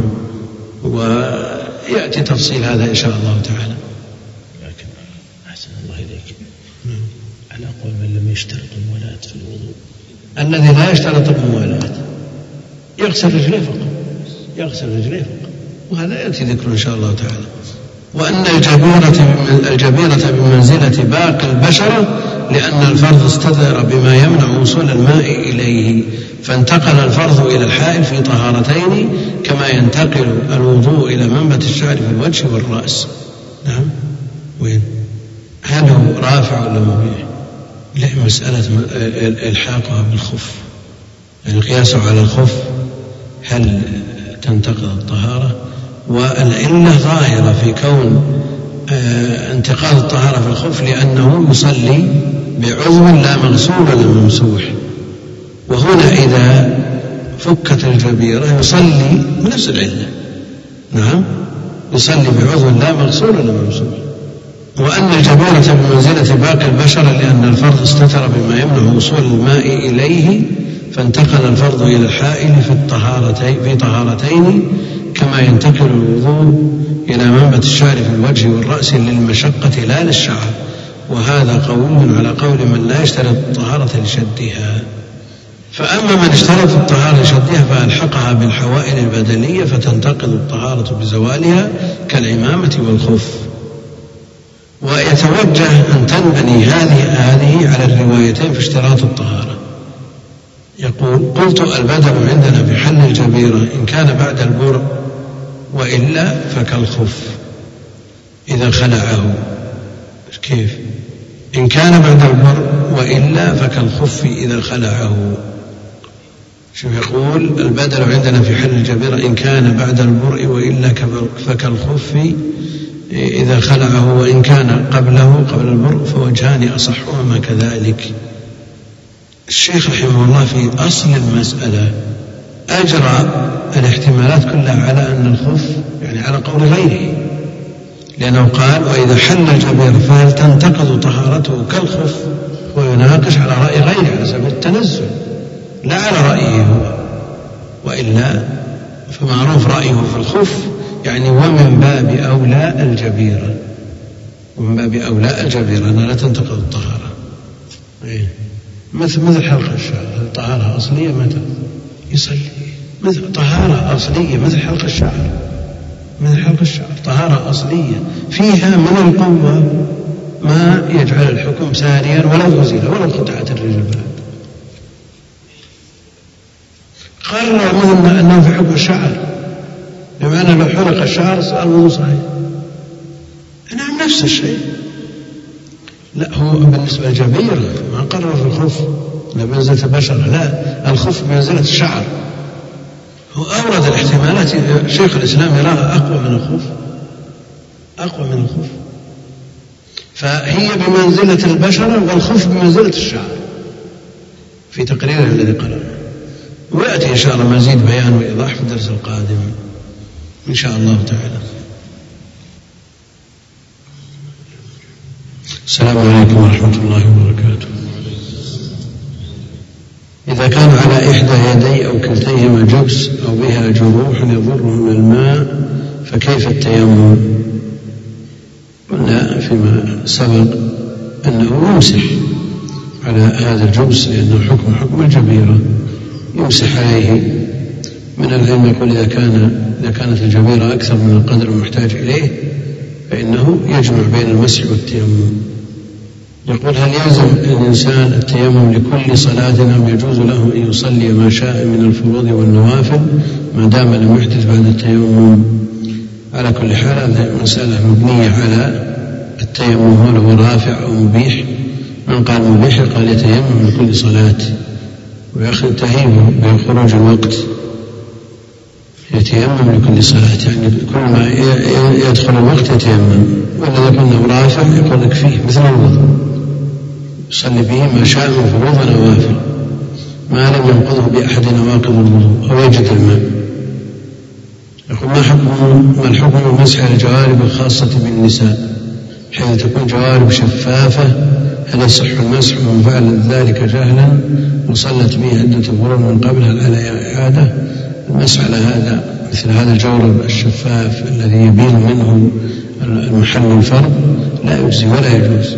ويأتي تفصيل هذا إن شاء الله تعالى. لكن أحسن الله إليك على قول من لم يشترط الموالاة في الوضوء، الذي لا يشترط الموالاة يغسل رجليه فقط، يغسل رجليه فقط، وهذا يأتي ذكره إن شاء الله تعالى. وأن الجبيرة الجبيرة بمنزلة باقي البشرة، لأن الفرض استدر بما يمنع وصول الماء إليه، فانتقل الفرض إلى الحائل في طهارتين كما ينتقل الوضوء إلى منبت الشعر في الوجه والرأس. نعم. وين؟ هل هو رافع ولا مبيح؟ لا، مسألة الحاقها بالخف، يعني قياسه على الخف هل تنتقض الطهارة؟ والعلة ظاهرة في كون انتقاض الطهارة في الخف لأنه يصلي بعضو لا مغسول ولا ممسوح، وهنا إذا فكت الجبيرة يصلي بنفس العلة. نعم، يصلي بعضو لا مغسول ولا ممسوح. وأن الجبيرة بمنزلة باقي البشر، لأن الفرض استتر بما يمنع وصول الماء إليه، فانتقل الفرض إلى الحائل في الطهارتين في طهارتين كما ينتقل الوضوء إلى منبت الشعر في الوجه والرأس للمشقة لا للشعر، وهذا قول على قول من لا يشترط الطهارة لشدها. فأما من اشترط الطهارة لشدها فألحقها بالحوائل البدنية فتنتقض الطهارة بزوالها كالعمامة والخف. ويتوجه أن تنبني هذه هذه على الروايتين في اشتراط الطهارة. يقول: قلت البدل عندنا في حل الجبيرة إن كان بعد البر وإلا فكالخف إذا خلعه. كيف؟ إن كان بعد البر وإلا فكالخف إذا خلعه. شو يقول؟ البدل عندنا في حل الجبيرة إن كان بعد البر وإلا فكالخف إذا خلعه، وإن كان قبله قبل البر فوجهان أصحهما كذلك. الشيخ رحمه الله في أصل المسألة أجرى الاحتمالات كلها على أن الخف يعني على قول غيره، لأنه قال: وإذا حل الجبير فهل تنتقض طهارته كالخف؟ ويناقش على رأي غيره على سبيل التنزل لا على رأيه هو، وإلا فمعروف رأيه في الخف يعني ومن باب أولى الجبيرة، ومن باب أولى الجبيرة أنها لا تنتقض الطهارة. إيه؟ مثل مثل حلق الشعر، طهارة أصلية متى يصلي، مثل طهارة أصلية مثل حلق الشعر، مثل حلق الشعر طهارة أصلية فيها من القوة ما يجعل الحكم ساريا ولا يزيل ولا قطعة الرجل بعد. قرر مثل أنه في حكم الشعر، بمعنى لو حلق الشعر صار الوضوء صحيح. نعم، نفس الشيء. لا، هو بالنسبة للجبيرة ما قرر في الخف لا بمنزلة البشر، لا، الخف بمنزلة الشعر. هو أورد الاحتمالات شيخ الإسلام يراها أقوى من الخف، أقوى من الخف، فهي بمنزلة البشر والخف بمنزلة الشعر في تقريره الذي قرأه. ويأتي إن شاء الله مزيد بيان وإيضاح في الدرس القادم إن شاء الله تعالى. السلام عليكم ورحمة الله وبركاته. إذا كان على إحدى يدي أو كلتيهما جبس أو بها جروح يضرهم الماء فكيف التيمم؟ قلنا فيما سبق أنه يمسح على هذا الجبس لأنه حكم حكم الجبيرة، يمسح عليه. من العلم يقول إذا كان إذا كانت الجبيرة أكثر من القدر المحتاج إليه فإنه يجمع بين المسح والتيمم. يقول: هل يلزم الإنسان التيمم لكل صلاة أم يجوز له أن يصلي ما شاء من الفروض والنوافل ما دام لم يحدث بعد التيمم؟ على كل حال هذه مسألة مبنية على التيمم هل هو رافع أو مبيح. من قال مبيح قال يتيمم لكل صلاة وينتهي بخروج الوقت، يتيمم لكل صلاة يعني كل ما يدخل الوقت يتيمم. والذي قلنا رافع يقول لك فيه مثل الوضوء يصلي به ما شاء من فروض ونوافل ما لم ينقضه بأحد نواقض الوضوء أو يجد الماء. يقول: ما حكم ما الحكم المسح على الجوارب الخاصة بالنساء حيث تكون جوارب شفافة هل يصح المسح من فعل ذلك جهلا وصلت به عدة فروض من قبل هل عليها إعادة؟ المسح على هذا مثل هذا الجورب الشفاف الذي يبين منه المحل الفرض لا يجزي ولا يجوز،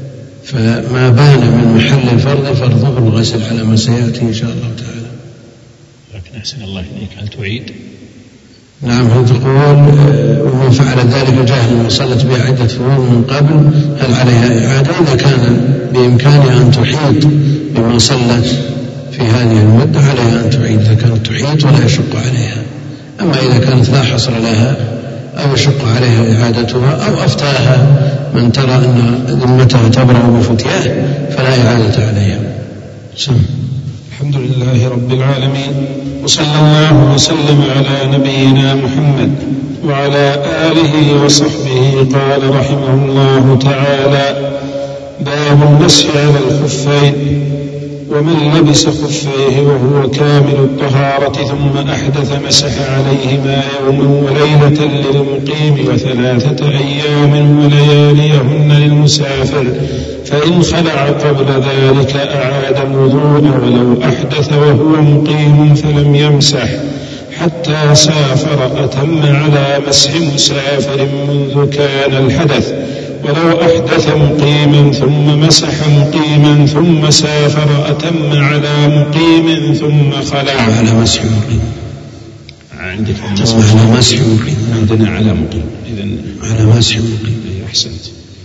فما بان من محل الفرض فرضه الغسل على ما سيأتي إن شاء الله تعالى. لكن أحسن الله إليك هل تعيد؟ نعم، هل تقول ومن فعل ذلك جهلا وصلت به عدة فروض من قبل هل عليها إعادة؟ إذا كان بإمكانها أن تحيط بما صلت في هذه المدة عليها أن تعيد إذا كانت تحيط ولا يشق عليها. أما إذا كانت لا حصر لها أو يشق عليها إعادتها أو أفتاها من ترى أن ذمتها تبرأ بفتياه فلا إعادة عليها. سم. الحمد لله رب العالمين، وصلى الله وسلم على نبينا محمد وعلى آله وصحبه. قال رحمه الله تعالى: باب المسح على الخفين. ومن لبس خفيه وهو كامل الطهارة ثم أحدث مسح عليهما يوما وليلة للمقيم وثلاثة أيام ولياليهن للمسافر، فإن خلع قبل ذلك أعاد الوضوء ولو أحدث وهو مقيم فلم يمسح حتى سافر أتم على مسح مسافر منذ كان الحدث، ولو أحدث مقيما ثم مسح مقيما ثم سافر أتم على مقيم ثم خلع على مسح مقيم. عندك على مسح مقيم، عندنا على مقيم، إذن على مسح مقيم. أحسنت.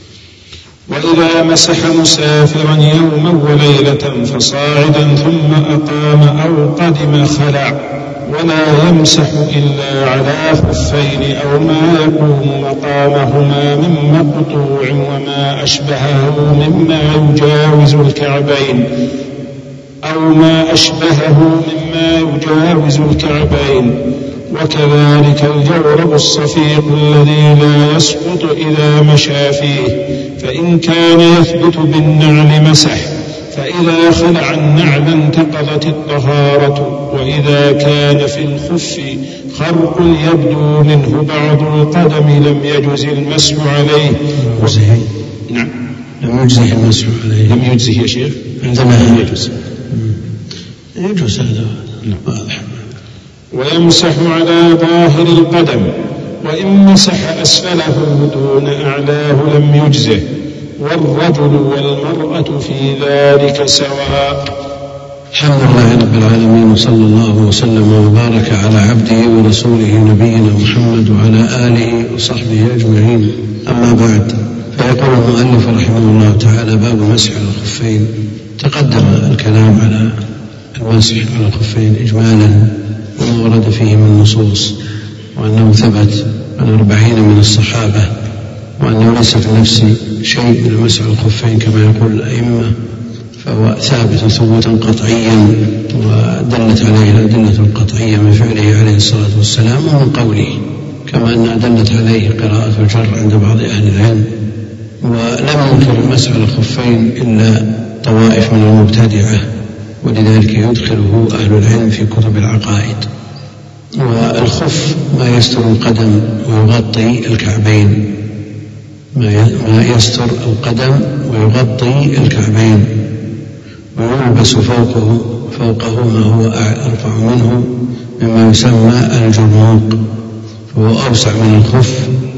وإذا مسح مسافرا يوما وليلة فصاعدا ثم أقام أو قدم خلع، ولا يمسح إلا على خفين أو ما يقوم مقامهما من مقطوع وما أشبهه مما يجاوز الكعبين أو ما أشبهه مما يجاوز الكعبين، وكذلك الجورب الصفيق الذي لا يسقط إذا مشى فيه، فإن كان يثبت بالنعل مسح، فإذا خلع النعل انتقضت الطهارة، وإذا كان في الخف خرق يبدو منه بعض القدم لم يجز المسح عليه. نعم، لم يجزه المسح عليه. لم يجزه يا شيخ؟ عندما لم يجز يجوز هذا واضح. ويمسح على ظاهر القدم، وإن مسح أسفله دون أعلاه لم يجزه، والرجل والمرأة في ذلك سواء. الحمد لله رب العالمين، وصلى الله وسلم وبارك على عبده ورسوله نبينا محمد وعلى آله وصحبه أجمعين. أما بعد، فيقول المؤلف رحمه الله تعالى: باب المسح على الخفين. تقدم الكلام على المسح على الخفين إجمالا وما ورد فيه من نصوص، وأنه ثبت عن أربعين من الصحابة، وأنه ليس في نفس شيء من المسح على الخفين كما يقول الأئمة، فهو ثابت ثبوتا قطعيا، ودلت عليه الأدلة القطعية من فعله عليه الصلاة والسلام ومن قوله، كما أنها دلت عليه قراءة الجر عند بعض أهل العلم. ولم ينكر المسح على الخفين إلا طوائف من المبتدعة، ولذلك يدخله أهل العلم في كتب العقائد. والخف ما يستر القدم ويغطي الكعبين، ما يستر القدم ويغطي الكعبين، ويلبس فوقه فوقه ما هو أرفع منه مما يسمى الجرموق، فهو أوسع من الخف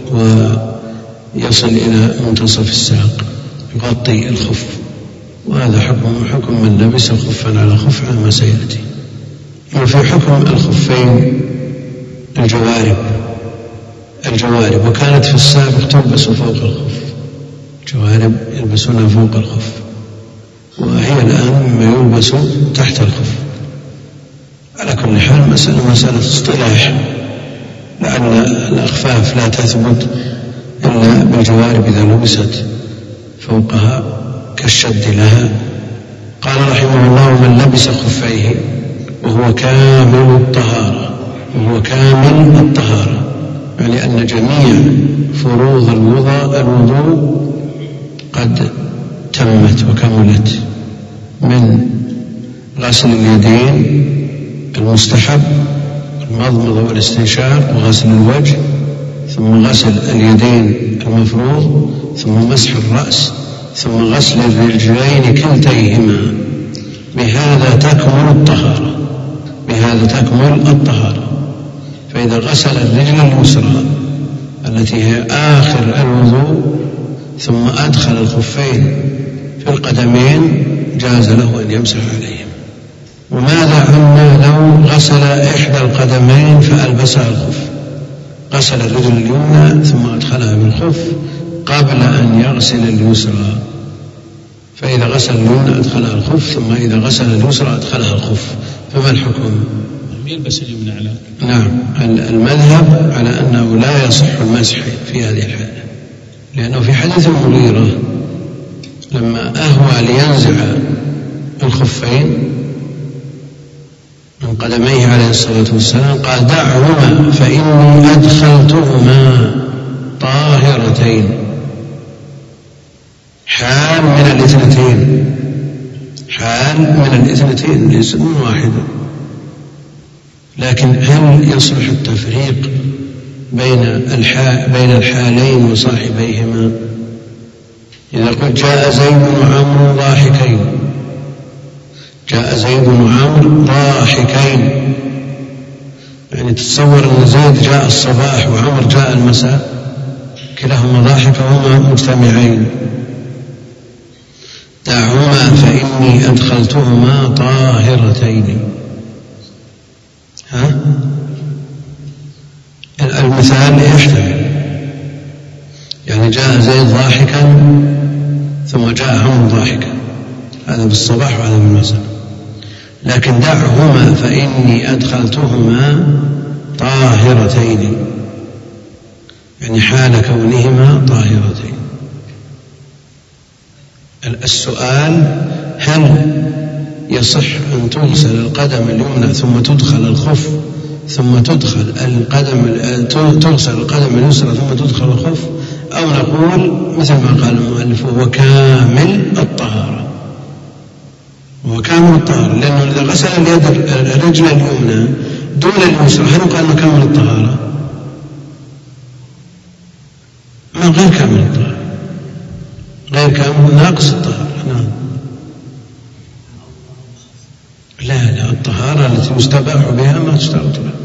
ويصل إلى منتصف الساق، يغطي الخف. وهذا حكم حكم من لبس خفا على خف على ما سيأتي. وفي حكم الخفين الجوارب الجوارب وكانت في السابق تلبس فوق الخف، جوارب يلبسونها فوق الخف، وهي الآن مما يلبس تحت الخف. على كل حال مسألة مسألة اصطلاح، لأن الأخفاف لا تثبت إلا بالجوارب إذا لبست فوقها كالشد لها. قال رحمه الله: من لبس خفيه وهو كامل الطهارة، وهو كامل الطهارة يعني أن جميع فروض الوضوء قد تمت وكملت، من غسل اليدين المستحب، المضمضة والاستنشاق وغسل الوجه، ثم غسل اليدين المفروض، ثم مسح الرأس، ثم غسل الرجلين كلتيهما. بهذا تكمل الطهارة، بهذا تكمل الطهارة. فإذا غسل الرجل اليسرى التي هي آخر الوضوء ثم أدخل الخفين في القدمين جاز له أن يمسح عليهم. وماذا عنا لو غسل إحدى القدمين فألبسها الخف؟ غسل الرجل اليمنى ثم أدخلها بالخف قبل أن يغسل اليسرى، فإذا غسل اليمنى أدخلها الخف، ثم إذا غسل اليسرى أدخلها الخف، فما الحكم؟ يلبس اليمنى على نعم، المذهب على أنه لا يصح المسح في هذه الحالة، لأنه في حديث المغيرة لما أهوى لينزع الخفين من قدميه عليه الصلاة والسلام قال دعهما فإني أدخلتهما طاهرتين، حال من الاثنتين، حال من الاثنتين ليس من واحدة. لكن هل يصلح التفريق بين الحال بين الحالين وصاحبيهما؟ إذا قلت جاء زيد وعمرو ضاحكين، جاء زيد وعمرو ضاحكين، يعني تتصور أن زيد جاء الصباح وعمر جاء المساء، كلاهما ضاحك وهما مجتمعين. دعهما فإني أدخلتهما طاهرتين. ها؟ المثال يحتمل، يعني جاء زيد ضاحكا ثم جاء عمرو ضاحكا، هذا بالصباح وهذا بالمساء. لكن دعهما فإني أدخلتهما طاهرتين، يعني حال كونهما طاهرتين. السؤال هل يصح أن تغسل القدم اليمنى ثم تدخل الخف ثم تدخل القدم تغسل القدم اليسرى ثم تدخل الخف، أو نقول مثل ما قال المؤلف وهو كامل الطهارة، وهو كامل الطهارة، لأنه إذا غسل اليد الرجل اليمنى دون اليسرى هل يقال أنه كامل الطهارة؟ ما غير كامل الطهارة، غير كامل ناقص الطهارة. نعم. لا لا، الطهارة التي يستباح بها ما تشترط لها.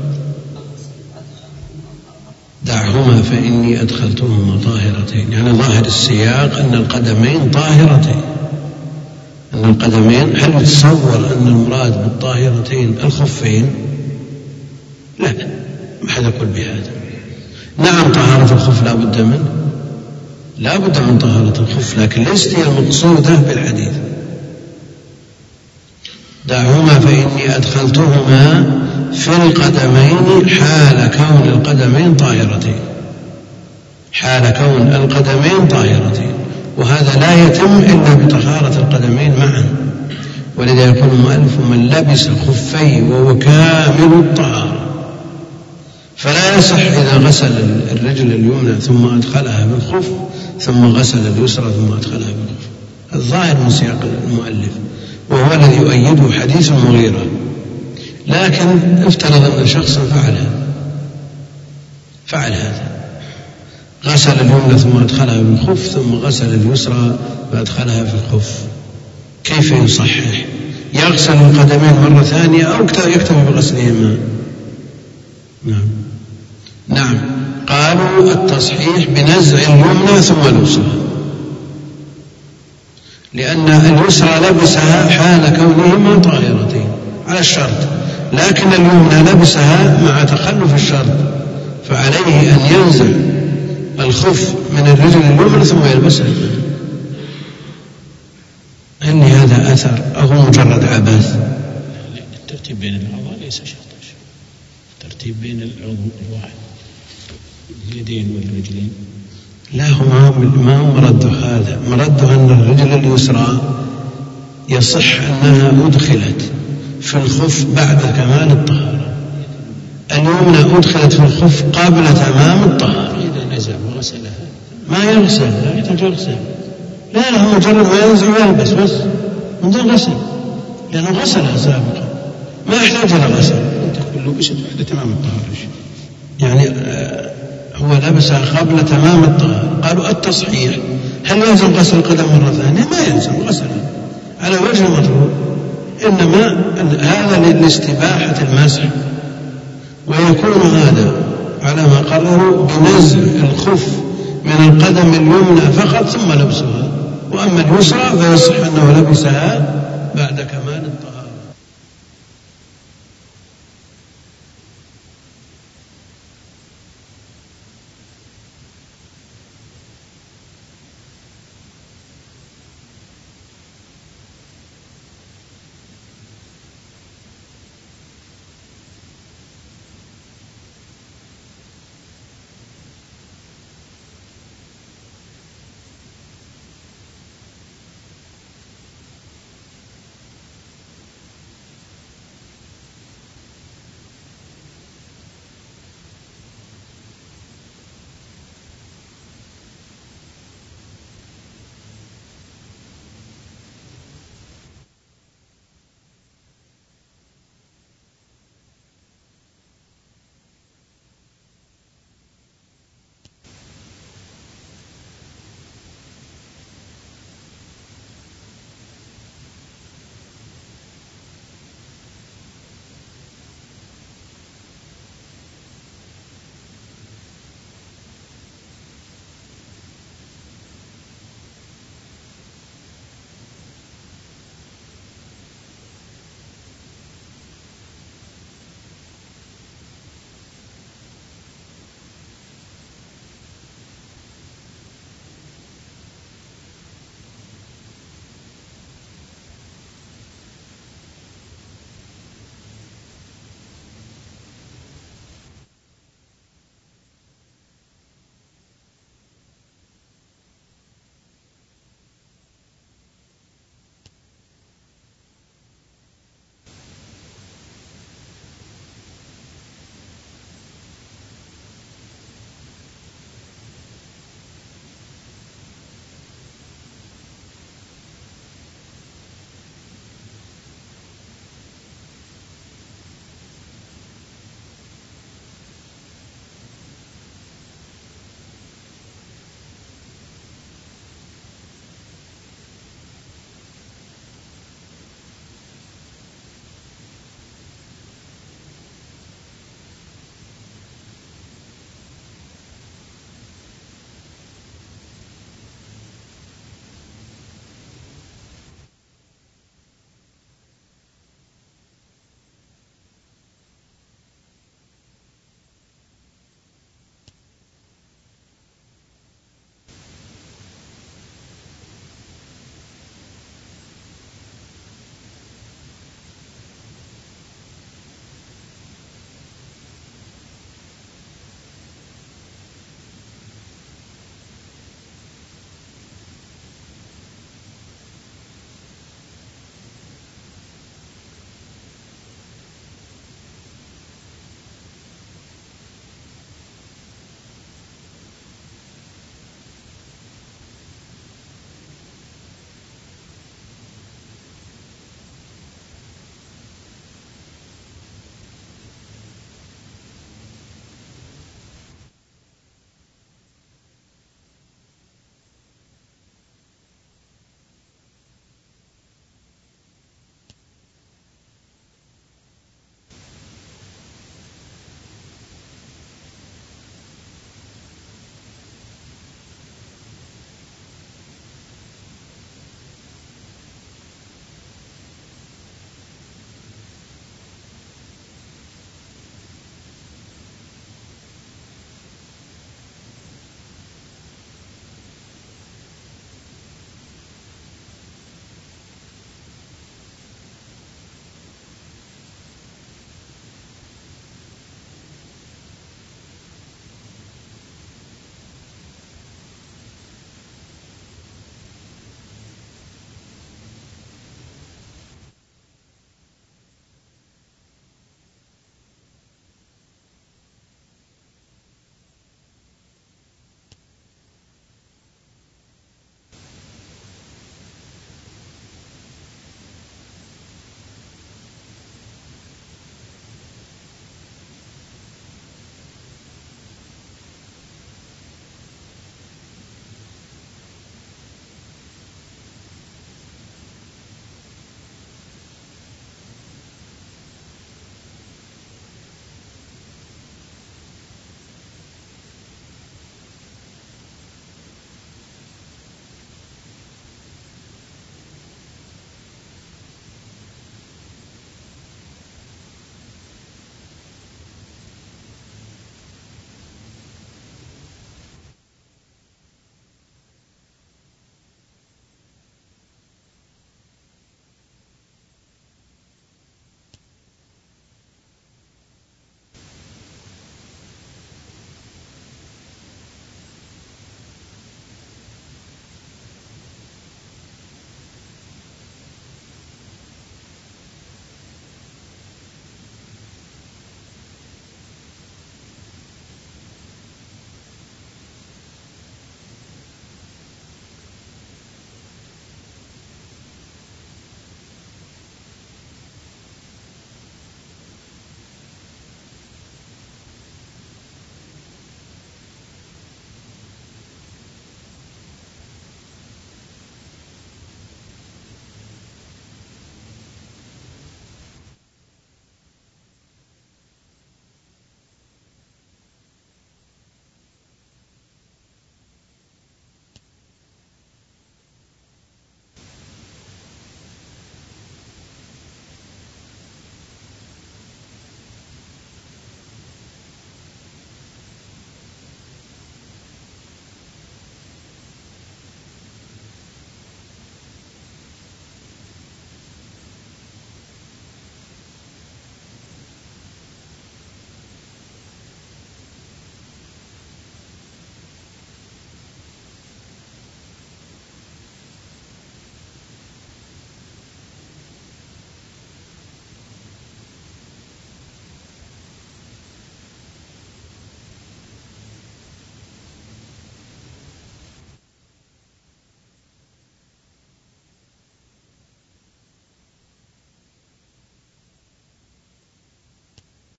دعهما فإني أدخلتهما طاهرتين، يعني ظاهر السياق أن القدمين طاهرتين، أن القدمين. هل يتصور أن المراد بالطاهرتين الخفين؟ لا، ما حد يقول بهذا. نعم، طهارة الخف لا بد منه، لا بد من طهارة الخف، لكن ليست هي المقصودة بالحديث. دعهما فإني أدخلتهما في القدمين حال كون القدمين طاهرتين، حال كون القدمين طاهرتين، وهذا لا يتم إلا بطهارة القدمين معا. ولذا يقول المؤلف من لبس خفيه وهو كامل الطهارة. فلا يصح إذا غسل الرجل اليمنى ثم أدخلها بالخف ثم غسل اليسرى ثم أدخلها بالخف. الظاهر من سياق المؤلف، وهو الذي يؤيده حديث المغيرة. لكن افترض أن شخصا فعل هذا فعل هذا غسل اليمنى ثم أدخلها بالخف ثم غسل اليسرى فأدخلها في الخف، كيف يصحح؟ يغسل القدمين مرة ثانية أو يكتفي بغسلهما؟ نعم نعم قالوا التصحيح بنزع اليمنى ثم اليسرى، لأن اليسرى لبسها حال كونهما طاهرتين على الشرط، لكن اليمنى لبسها مع تخلف الشرط، فعليه أن ينزع الخف من الرجل اليمنى ثم يلبسها. هل هذا أثر أو مجرد عبث؟ الترتيب بين الأعضاء ليس شرطا، الترتيب بين العضو الواحد اليدين والرجلين. لا، هو ما هو مرده هذا، مرده أن الرجل اليسرى يصح أنها أدخلت في الخف بعد كمال الطهارة، اليمنى أدخلت في الخف قبل تمام الطهارة. إذا نزع وغسلها ما يغسل، لا يحتاج يغسل، لا لا، هو مجرد ما ينزع ويلبس بس من دون غسل، لأنه غسلها سابقا، ما يحتاج إلى غسل. تقول له بشد بعد تمام الطهارة. يعني هو لبسها قبل تمام الطهارة. قالوا التصحيح هل يلزم غسل القدم مرة ثانية؟ ما يلزم غسلها على وجه المطلوب، إنما هذا لاستباحة المسح، ويكون هذا على ما قرروا بنزع الخف من القدم اليمنى فقط ثم لبسها، وأما اليسرى فيصح أنه لبسها بعد كمال